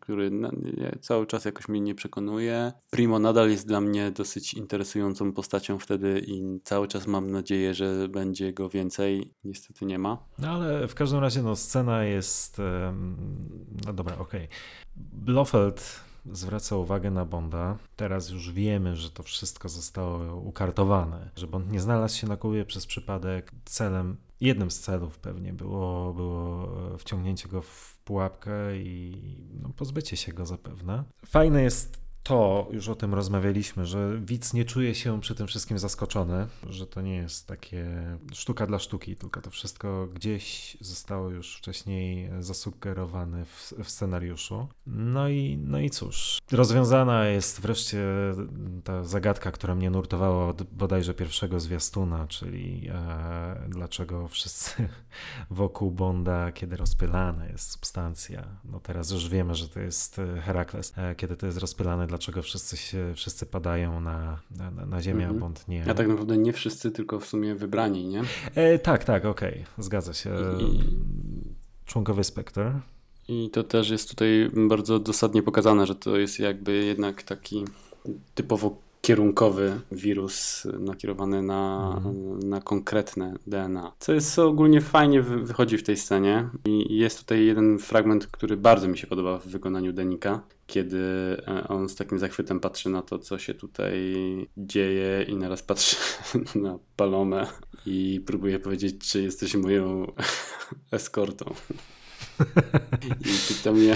cały czas jakoś mnie nie przekonuje. Primo nadal jest dla mnie dosyć interesującą postacią wtedy i cały czas mam nadzieję, że będzie go więcej. Niestety nie ma. No ale w każdym razie scena jest... No dobra, okej. Blofeld zwraca uwagę na Bonda. Teraz już wiemy, że to wszystko zostało ukartowane, że Bond nie znalazł się na Kubie przez przypadek. Jednym z celów pewnie było wciągnięcie go w pułapkę i pozbycie się go zapewne. Fajne jest to, już o tym rozmawialiśmy, że widz nie czuje się przy tym wszystkim zaskoczony, że to nie jest takie sztuka dla sztuki, tylko to wszystko gdzieś zostało już wcześniej zasugerowane w scenariuszu. No i cóż, rozwiązana jest wreszcie ta zagadka, która mnie nurtowała od bodajże pierwszego zwiastuna, czyli dlaczego wszyscy wokół Bonda, kiedy rozpylana jest substancja, no teraz już wiemy, że to jest Herakles, kiedy to jest rozpylane, dlaczego wszyscy padają na ziemię, a Bond nie. A tak naprawdę nie wszyscy, tylko w sumie wybrani, nie? Tak, okej. Zgadza się. Członkowie Spectre. I to też jest tutaj bardzo dosadnie pokazane, że to jest jakby jednak taki typowo kierunkowy wirus nakierowany na konkretne DNA. Co jest ogólnie fajnie wychodzi w tej scenie i jest tutaj jeden fragment, który bardzo mi się podoba w wykonaniu Denika, kiedy on z takim zachwytem patrzy na to, co się tutaj dzieje i naraz patrzy na Palomę i próbuje powiedzieć, czy jesteś moją eskortą. I to mnie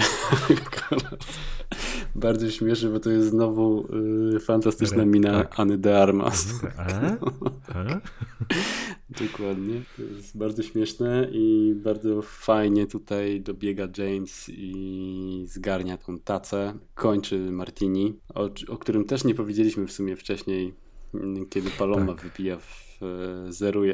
bardzo śmieszy, bo to jest znowu fantastyczna mina Anny de Armas. Dokładnie. To jest bardzo śmieszne i bardzo fajnie tutaj dobiega James i zgarnia tą tacę. Kończy martini, o którym też nie powiedzieliśmy w sumie wcześniej, kiedy Paloma wypija zeruje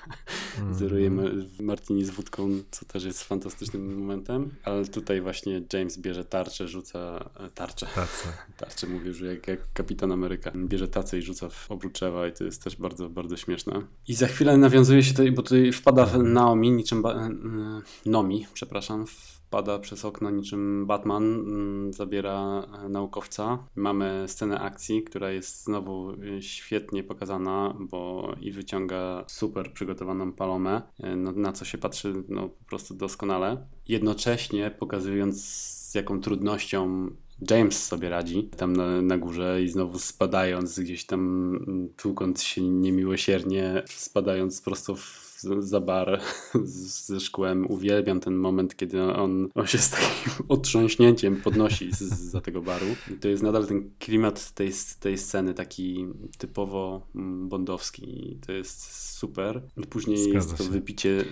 martini z wódką, co też jest fantastycznym momentem, ale tutaj właśnie James bierze tarczę, rzuca tarczę, mówię już jak Kapitan Ameryka, bierze tacę i rzuca w obruczewa i to jest też bardzo, bardzo śmieszne. I za chwilę nawiązuje się tutaj, bo tutaj wpada Nomi, wpada przez okno niczym Batman, zabiera naukowca. Mamy scenę akcji, która jest znowu świetnie pokazana, bo i wyciąga super przygotowaną Palomę, na co się patrzy po prostu doskonale. Jednocześnie pokazując, z jaką trudnością James sobie radzi tam na górze i znowu spadając gdzieś tam, tłukąc się niemiłosiernie, spadając prosto za bar ze szkłem. Uwielbiam ten moment, kiedy on się z takim otrząśnięciem podnosi za tego baru. I to jest nadal ten klimat tej sceny, taki typowo bondowski. I to jest super. I później jest to wypicie,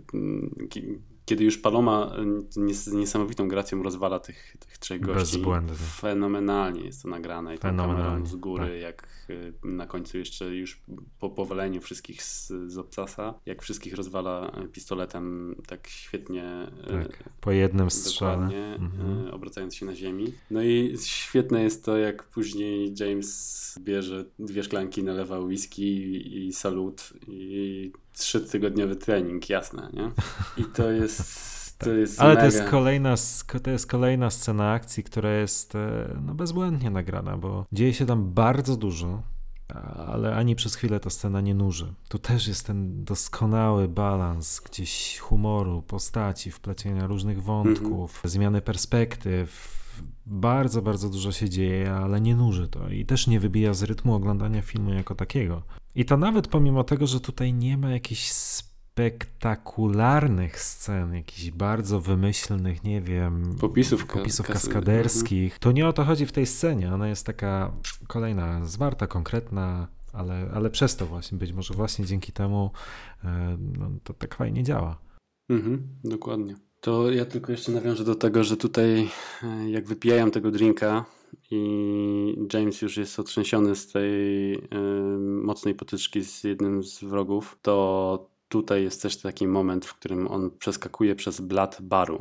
kiedy już Paloma z niesamowitą gracją rozwala tych trzech gości. Bezbłędnie. Fenomenalnie jest to nagrane i tą kamerą z góry, jak na końcu jeszcze już po powaleniu wszystkich z obcasa, jak wszystkich rozwala pistoletem tak świetnie. Tak, po jednym strzale. Obracając się na ziemi. No i świetne jest to, jak później James bierze 2 szklanki, nalewa whisky i salut i 3-tygodniowy trening, jasne, nie? I to jest ale mega. To jest kolejna scena akcji, która jest bezbłędnie nagrana, bo dzieje się tam bardzo dużo, ale ani przez chwilę ta scena nie nuży. Tu też jest ten doskonały balans gdzieś humoru, postaci, wplecienia różnych wątków, zmiany perspektyw. Bardzo, bardzo dużo się dzieje, ale nie nuży to i też nie wybija z rytmu oglądania filmu jako takiego. I to nawet pomimo tego, że tutaj nie ma jakichś spektakularnych scen, jakichś bardzo wymyślnych, nie wiem, popisów kaskaderskich. To nie o to chodzi w tej scenie. Ona jest taka kolejna, zwarta, konkretna, ale przez to właśnie, być może właśnie dzięki temu to tak fajnie działa. Dokładnie. To ja tylko jeszcze nawiążę do tego, że tutaj jak wypijają tego drinka i James już jest otrzęsiony z tej mocnej potyczki z jednym z wrogów, to tutaj jest też taki moment, w którym on przeskakuje przez blat baru.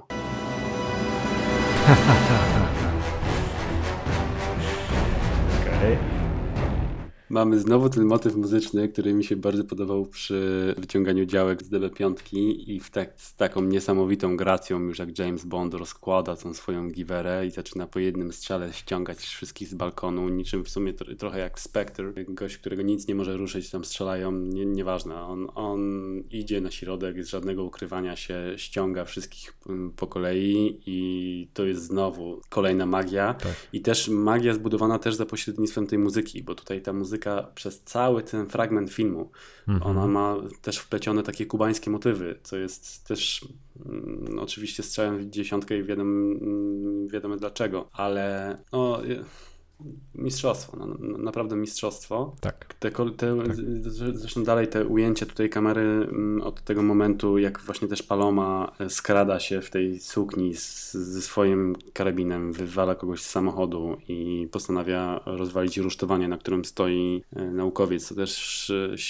Okay. Mamy znowu ten motyw muzyczny, który mi się bardzo podobał przy wyciąganiu działek z DB5 i z taką niesamowitą gracją, już jak James Bond rozkłada tą swoją giwerę i zaczyna po jednym strzale ściągać wszystkich z balkonu, niczym w sumie trochę jak Spectre, gość, którego nic nie może ruszyć, tam strzelają, nieważne. On idzie na środek, z żadnego ukrywania się, ściąga wszystkich po kolei i to jest znowu kolejna magia. Tak. I też magia zbudowana też za pośrednictwem tej muzyki, bo tutaj ta muzyka przez cały ten fragment filmu, ona ma też wplecione takie kubańskie motywy, co jest też oczywiście strzałem w dziesiątkę i wiadomo dlaczego, ale mistrzostwo, naprawdę mistrzostwo. Tak. Zresztą dalej te ujęcia tutaj kamery od tego momentu, jak właśnie też Paloma skrada się w tej sukni ze swoim karabinem, wywala kogoś z samochodu i postanawia rozwalić rusztowanie, na którym stoi naukowiec. To też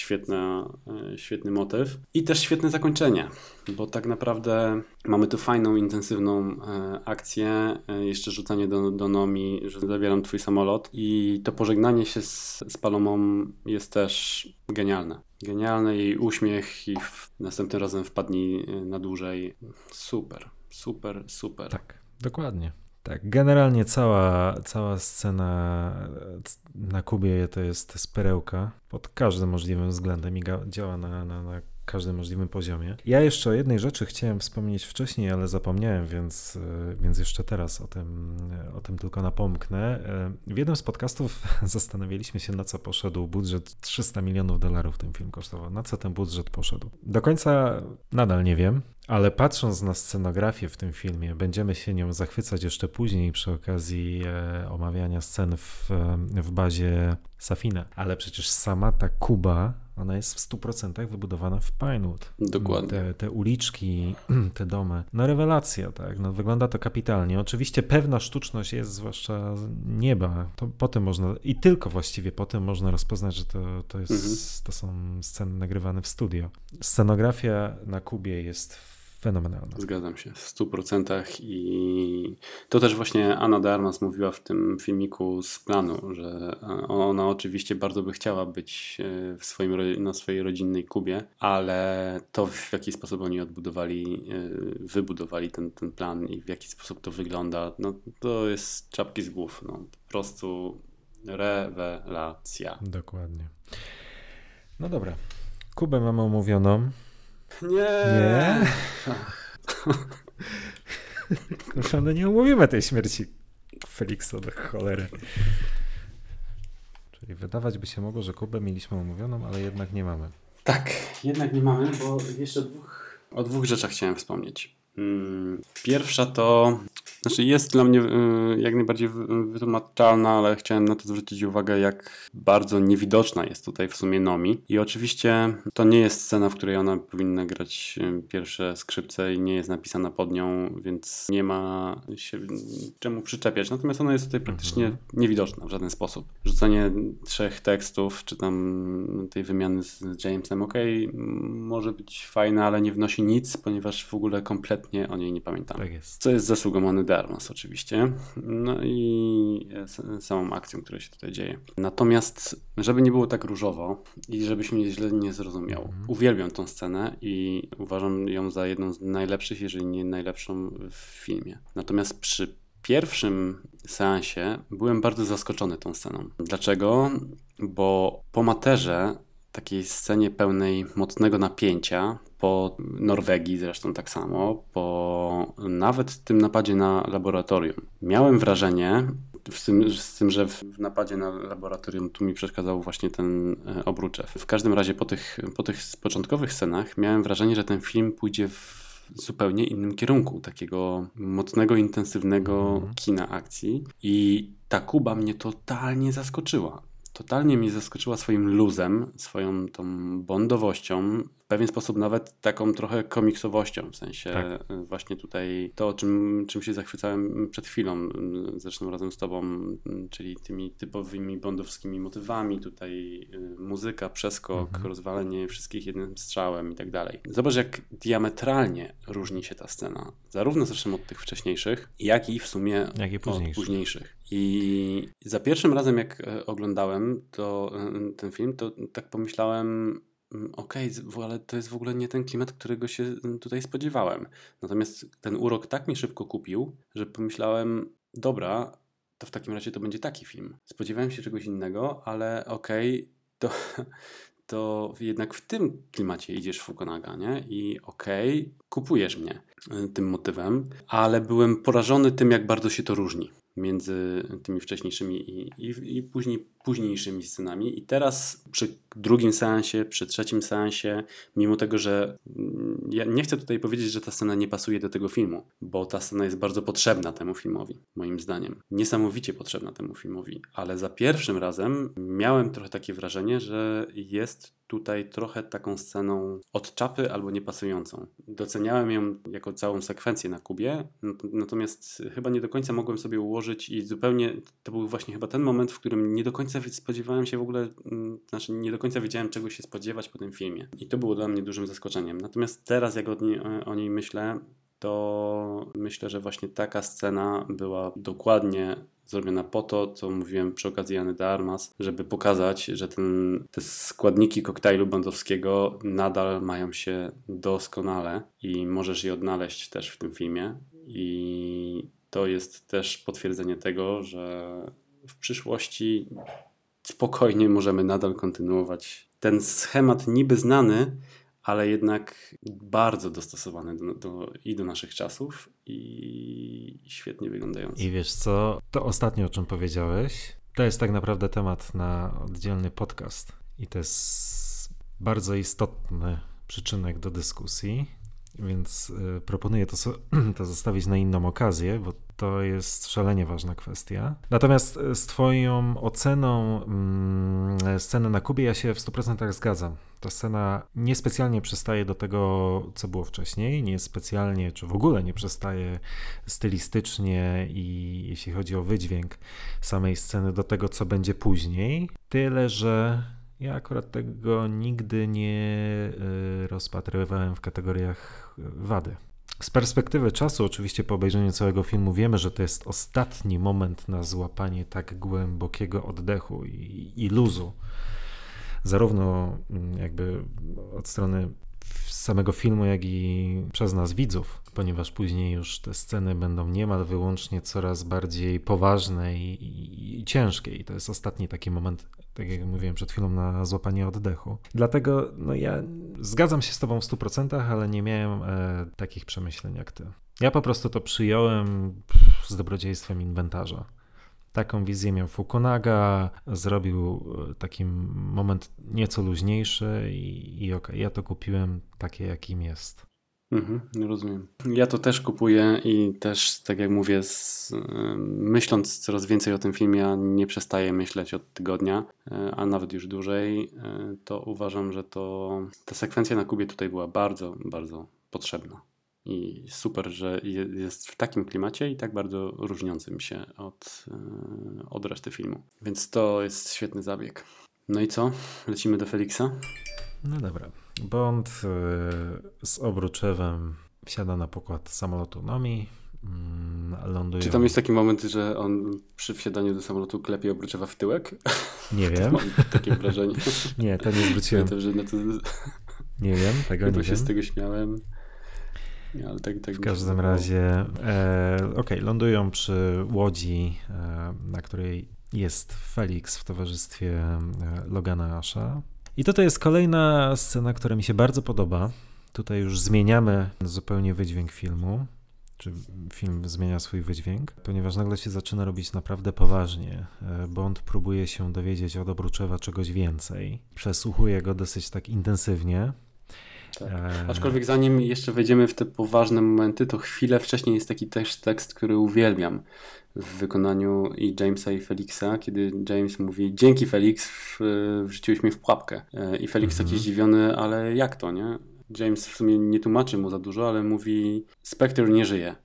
świetny motyw i też świetne zakończenie, bo tak naprawdę mamy tu fajną, intensywną akcję, jeszcze rzucanie do Nomi, że zabieram twój samolot i to pożegnanie się z Palomą jest też genialne. Genialny jej uśmiech i następnym razem wpadnij na dłużej. Super. Tak, dokładnie. Tak, generalnie cała scena na Kubie to jest perełka pod każdym możliwym względem i działa na każdym możliwym poziomie. Ja jeszcze o jednej rzeczy chciałem wspomnieć wcześniej, ale zapomniałem, więc jeszcze teraz o tym tylko napomknę. W jednym z podcastów zastanawialiśmy się, na co poszedł budżet. $300 milionów ten film kosztował. Na co ten budżet poszedł? Do końca nadal nie wiem, ale patrząc na scenografię w tym filmie, będziemy się nią zachwycać jeszcze później przy okazji omawiania scen w bazie Safina. Ale przecież sama ta Kuba, ona jest w 100% wybudowana w Pinewood. Dokładnie. Te uliczki, te domy. No rewelacja, tak. No, wygląda to kapitalnie. Oczywiście pewna sztuczność jest, zwłaszcza nieba. To potem można, i tylko właściwie potem można rozpoznać, że to są sceny nagrywane w studio. Scenografia na Kubie jest fenomenalna. Zgadzam się, w 100% i to też właśnie Ana de Armas mówiła w tym filmiku z planu, że ona oczywiście bardzo by chciała być na swojej rodzinnej Kubie, ale to w jaki sposób oni wybudowali ten plan i w jaki sposób to wygląda, no to jest czapki z głów, no po prostu rewelacja. Dokładnie. No dobra, Kubę mamy omówioną. Nie. Kurczę, no nie omówimy tej śmierci Feliksa do cholery. Czyli wydawać by się mogło, że Kubę mieliśmy omówioną, ale jednak nie mamy. Tak, jednak nie mamy, bo jeszcze o dwóch rzeczach chciałem wspomnieć. Pierwsza to, jest dla mnie jak najbardziej wytłumaczalna, ale chciałem na to zwrócić uwagę, jak bardzo niewidoczna jest tutaj w sumie Nomi. I oczywiście to nie jest scena, w której ona powinna grać pierwsze skrzypce i nie jest napisana pod nią, więc nie ma się czemu przyczepiać. Natomiast ona jest tutaj praktycznie niewidoczna w żaden sposób. Rzucenie 3 tekstów, czy tam tej wymiany z Jamesem, może być fajne, ale nie wnosi nic, ponieważ w ogóle kompletnie o niej nie pamiętam. Tak jest. Co jest zasługą Anny de Armas oczywiście. No i samą akcją, która się tutaj dzieje. Natomiast, żeby nie było tak różowo i żebyś mnie źle nie zrozumiał, uwielbiam tą scenę i uważam ją za jedną z najlepszych, jeżeli nie najlepszą w filmie. Natomiast przy pierwszym seansie byłem bardzo zaskoczony tą sceną. Dlaczego? Bo po materze, takiej scenie pełnej mocnego napięcia, po Norwegii zresztą tak samo, po nawet tym napadzie na laboratorium. Miałem wrażenie, z tym, że w napadzie na laboratorium tu mi przeszkadzał właśnie ten obruczew. W każdym razie po tych początkowych scenach miałem wrażenie, że ten film pójdzie w zupełnie innym kierunku, takiego mocnego, intensywnego kina akcji i ta Kuba mnie totalnie zaskoczyła. Totalnie mnie zaskoczyła swoim luzem, swoją tą bondowością, pewien sposób nawet taką trochę komiksowością, w sensie właśnie tutaj to, czym się zachwycałem przed chwilą, zresztą razem z tobą, czyli tymi typowymi bondowskimi motywami, tutaj muzyka, przeskok, rozwalenie wszystkich jednym strzałem i tak dalej. Zobacz, jak diametralnie różni się ta scena, zarówno zresztą od tych wcześniejszych, jak i w sumie od późniejszych. I za pierwszym razem, jak oglądałem ten film, to tak pomyślałem, okej, ale to jest w ogóle nie ten klimat, którego się tutaj spodziewałem. Natomiast ten urok tak mnie szybko kupił, że pomyślałem, dobra, to w takim razie to będzie taki film. Spodziewałem się czegoś innego, ale to jednak w tym klimacie idziesz w Fukunaga, nie? I kupujesz mnie tym motywem, ale byłem porażony tym, jak bardzo się to różni między tymi wcześniejszymi i późniejszymi scenami. I teraz przy drugim seansie, przy trzecim seansie, mimo tego, że ja nie chcę tutaj powiedzieć, że ta scena nie pasuje do tego filmu, bo ta scena jest bardzo potrzebna temu filmowi, moim zdaniem. Niesamowicie potrzebna temu filmowi, ale za pierwszym razem miałem trochę takie wrażenie, że jest tutaj trochę taką sceną od czapy albo niepasującą. Doceniałem ją jako całą sekwencję na Kubie, natomiast chyba nie do końca mogłem sobie ułożyć i zupełnie to był właśnie chyba ten moment, w którym nie do końca spodziewałem się w ogóle, nie do końca wiedziałem, czego się spodziewać po tym filmie. I to było dla mnie dużym zaskoczeniem. Natomiast teraz, jak o niej myślę, to myślę, że właśnie taka scena była dokładnie zrobiona po to, co mówiłem przy okazji Any de Armas, żeby pokazać, że te składniki koktajlu bondowskiego nadal mają się doskonale i możesz je odnaleźć też w tym filmie. I to jest też potwierdzenie tego, że w przyszłości spokojnie możemy nadal kontynuować ten schemat niby znany, ale jednak bardzo dostosowany do naszych czasów i świetnie wyglądający. I wiesz co, to ostatnie, o czym powiedziałeś, to jest tak naprawdę temat na oddzielny podcast i to jest bardzo istotny przyczynek do dyskusji, więc proponuję to zostawić na inną okazję, bo to jest szalenie ważna kwestia. Natomiast z twoją oceną sceny na Kubie ja się w 100% zgadzam. Ta scena niespecjalnie przystaje do tego, co było wcześniej, niespecjalnie, czy w ogóle nie przystaje stylistycznie i jeśli chodzi o wydźwięk samej sceny do tego, co będzie później. Tyle, że ja akurat tego nigdy nie rozpatrywałem w kategoriach wady. Z perspektywy czasu, oczywiście po obejrzeniu całego filmu wiemy, że to jest ostatni moment na złapanie tak głębokiego oddechu i luzu. Zarówno jakby od strony samego filmu, jak i przez nas widzów, ponieważ później już te sceny będą niemal wyłącznie coraz bardziej poważne i ciężkie i to jest ostatni taki moment, tak jak mówiłem przed chwilą, na złapanie oddechu. Dlatego ja zgadzam się z tobą w 100%, ale nie miałem takich przemyśleń jak ty. Ja po prostu to przyjąłem z dobrodziejstwem inwentarza. Taką wizję miał Fukunaga, zrobił taki moment nieco luźniejszy i okej, ja to kupiłem takie, jakim jest. Rozumiem. Ja to też kupuję i też, tak jak mówię, myśląc coraz więcej o tym filmie, a nie przestaję myśleć od tygodnia, a nawet już dłużej, to uważam, że ta sekwencja na Kubie tutaj była bardzo, bardzo potrzebna. I super, że jest w takim klimacie i tak bardzo różniącym się od reszty filmu. Więc to jest świetny zabieg. No i co? Lecimy do Feliksa? No dobra. Bond z Obruczewem wsiada na pokład samolotu Nomi. Lądują... Czy tam jest taki moment, że on przy wsiadaniu do samolotu klepie Obruczewa w tyłek? Nie wiem. Mam takie wrażenie. Nie, to nie zwróciłem. Nie wiem, tego nie wiem. się z tego śmiałem. Ale tak w każdym razie lądują przy łodzi, na której jest Felix w towarzystwie Logana Asha. I to jest kolejna scena, która mi się bardzo podoba. Tutaj już zmieniamy zupełnie wydźwięk filmu, czy film zmienia swój wydźwięk, ponieważ nagle się zaczyna robić naprawdę poważnie. Bond próbuje się dowiedzieć od Obruczewa czegoś więcej. Przesłuchuje go dosyć tak intensywnie. Tak. Aczkolwiek zanim jeszcze wejdziemy w te poważne momenty, to chwilę wcześniej jest taki też tekst, który uwielbiam w wykonaniu i Jamesa i Felixa, kiedy James mówi: dzięki Felix, wrzuciłeś mnie w pułapkę. I Felix taki zdziwiony, ale jak to, nie? James w sumie nie tłumaczy mu za dużo, ale mówi: Spectre nie żyje.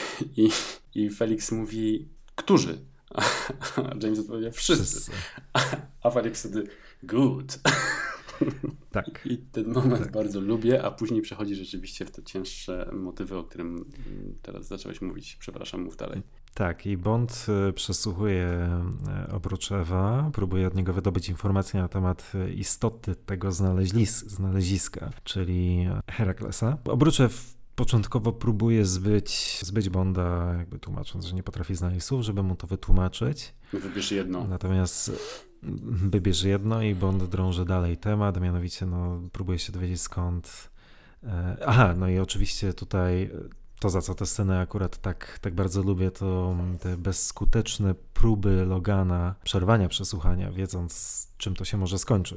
I Felix mówi: którzy? A James odpowiedział: wszyscy. A Felix wtedy: good. Tak. I ten moment bardzo lubię, a później przechodzi rzeczywiście w te cięższe motywy, o którym teraz zacząłeś mówić. Przepraszam, mów dalej. Tak, i Bond przesłuchuje Obroczewa, próbuje od niego wydobyć informacje na temat istoty tego znaleziska, czyli Heraklesa. Obruczew początkowo próbuje zbyć Bonda, jakby tłumacząc, że nie potrafi znaleźć słów, żeby mu to wytłumaczyć. Wybierz jedno. Natomiast wybierz jedno i Bond drąży dalej temat, mianowicie próbuje się dowiedzieć skąd... no i oczywiście tutaj to, za co tę scenę akurat tak bardzo lubię, to te bezskuteczne próby Logana przerwania przesłuchania, wiedząc, czym to się może skończyć.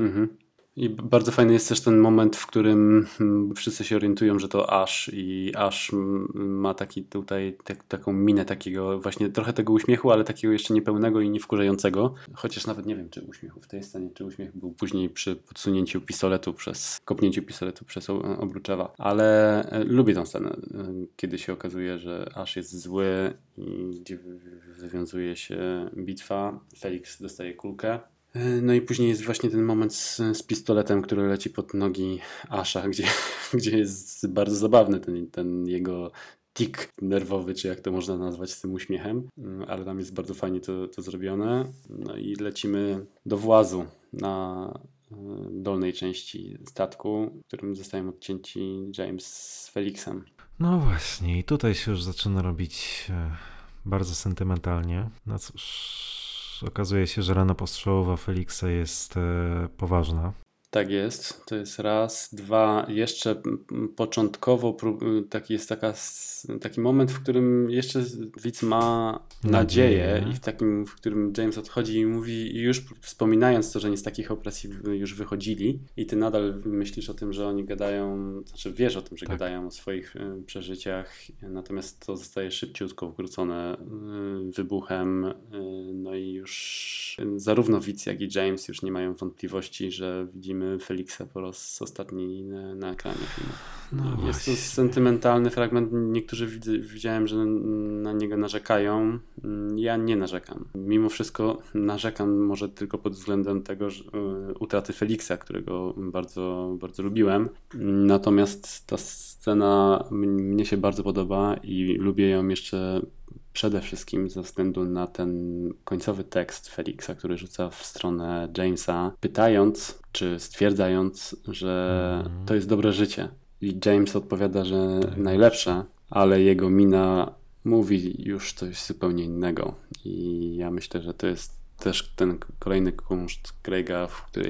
I bardzo fajny jest też ten moment, w którym wszyscy się orientują, że to Ash, i Ash ma taki tutaj taką minę takiego właśnie trochę tego uśmiechu, ale takiego jeszcze niepełnego i niewkurzającego. Chociaż nawet nie wiem, czy uśmiechu w tej scenie, czy uśmiech był później przy podsunięciu pistoletu kopnięciu pistoletu przez Obruczewa. Ale lubię tę scenę, kiedy się okazuje, że Ash jest zły i gdzie wywiązuje się bitwa. Felix dostaje kulkę. No i później jest właśnie ten moment z pistoletem, który leci pod nogi Asha, gdzie jest bardzo zabawny ten jego tik nerwowy, czy jak to można nazwać, z tym uśmiechem, ale tam jest bardzo fajnie to zrobione. No i lecimy do włazu na dolnej części statku, w którym zostają odcięci James z Felixem. No właśnie, i tutaj się już zaczyna robić bardzo sentymentalnie. No cóż... Okazuje się, że rana postrzałowa Felixa jest poważna. Tak jest, to jest raz. Dwa, jeszcze początkowo taki moment, w którym jeszcze widz ma nadzieję i w którym James odchodzi i mówi, już wspominając to, że nie z takich opresji już wychodzili, i ty nadal myślisz o tym, że oni gadają, znaczy wiesz o tym, że gadają o swoich przeżyciach, natomiast to zostaje szybciutko wkrócone wybuchem, no i już zarówno widz, jak i James już nie mają wątpliwości, że widzimy Felixa po raz ostatni na ekranie filmu. No jest to sentymentalny fragment. Niektórzy widziałem, że na niego narzekają. Ja nie narzekam. Mimo wszystko narzekam może tylko pod względem tego, że utraty Felixa, którego bardzo, bardzo lubiłem. Natomiast ta scena mnie się bardzo podoba i lubię ją jeszcze przede wszystkim ze względu na ten końcowy tekst Felixa, który rzuca w stronę Jamesa, pytając czy stwierdzając, że to jest dobre życie. I James odpowiada, że najlepsze, ale jego mina mówi już coś zupełnie innego. I ja myślę, że to jest też ten kolejny kunszt Craiga,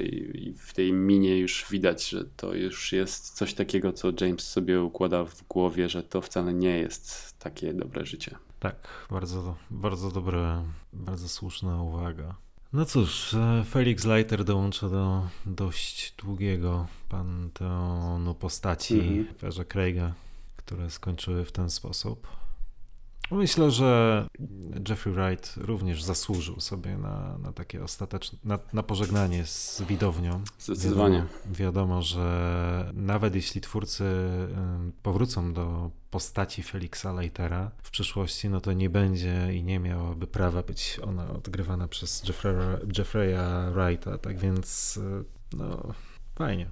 w tej minie już widać, że to już jest coś takiego, co James sobie układa w głowie, że to wcale nie jest takie dobre życie. Tak, bardzo, bardzo dobre, bardzo słuszna uwaga. No cóż, Felix Leiter dołącza do dość długiego panteonu postaci w erze Craiga, które skończyły w ten sposób. Myślę, że Jeffrey Wright również zasłużył sobie na takie ostateczne, na pożegnanie z widownią. Zdecydowanie. Wiadomo, że nawet jeśli twórcy powrócą do postaci Felixa Leitera w przyszłości, no to nie będzie i nie miałaby prawa być ona odgrywana przez Jeffreya Wrighta, tak więc no fajnie.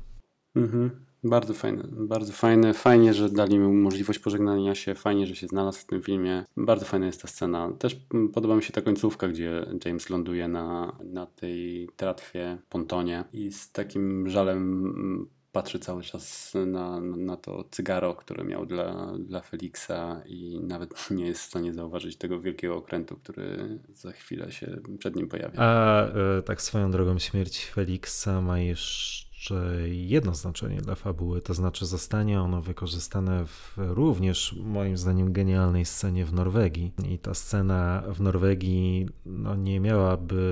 Bardzo fajne, bardzo fajne. Fajnie, że dali mu możliwość pożegnania się, fajnie, że się znalazł w tym filmie. Bardzo fajna jest ta scena. Też podoba mi się ta końcówka, gdzie James ląduje na tej tratwie, pontonie i z takim żalem patrzy cały czas na to cygaro, które miał dla Felixa i nawet nie jest w stanie zauważyć tego wielkiego okrętu, który za chwilę się przed nim pojawia. A tak swoją drogą, śmierć Felixa ma jeszcze jedno znaczenie dla fabuły, to znaczy zostanie ono wykorzystane w również moim zdaniem genialnej scenie w Norwegii. I ta scena w Norwegii nie miałaby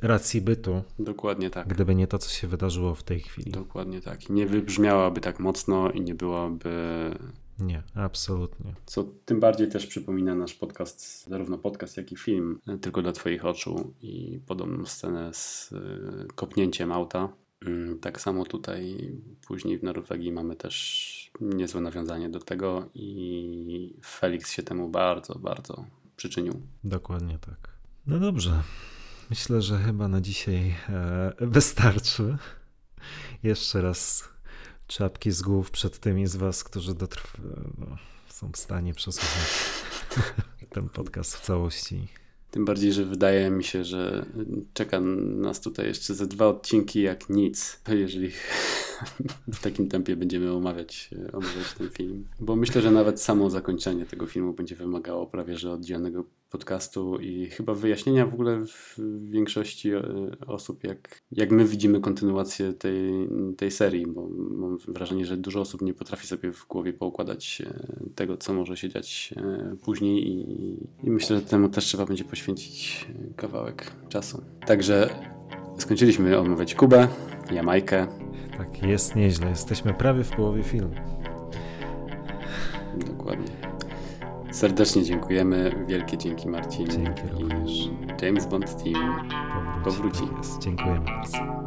racji bytu, Dokładnie tak. gdyby nie to, co się wydarzyło w tej chwili. Dokładnie tak. I nie wybrzmiałaby tak mocno i nie byłaby... Nie, absolutnie. Co tym bardziej też przypomina nasz podcast, zarówno podcast, jak i film, tylko dla twoich oczu i podobną scenę z kopnięciem auta. Tak samo tutaj później w Norwegii mamy też niezłe nawiązanie do tego i Felix się temu bardzo, bardzo przyczynił. Dokładnie tak. No dobrze. Myślę, że chyba na dzisiaj wystarczy. Jeszcze raz czapki z głów przed tymi z was, którzy są w stanie przesłuchać ten podcast w całości. Tym bardziej, że wydaje mi się, że czeka nas tutaj jeszcze ze 2 odcinki jak nic, jeżeli w takim tempie będziemy omawiać ten film. Bo myślę, że nawet samo zakończenie tego filmu będzie wymagało prawie że oddzielnego podcastu i chyba wyjaśnienia w ogóle w większości osób, jak my widzimy kontynuację tej serii, bo mam wrażenie, że dużo osób nie potrafi sobie w głowie poukładać tego, co może się dziać później i myślę, że temu też trzeba będzie poświęcić kawałek czasu. Także skończyliśmy omawiać Kubę, Jamajkę. Tak, jest nieźle. Jesteśmy prawie w połowie filmu. Dokładnie. Serdecznie dziękujemy. Wielkie dzięki, Marcin. Dzięki również. James Bond Team powróci. Tak jest. Dziękujemy bardzo.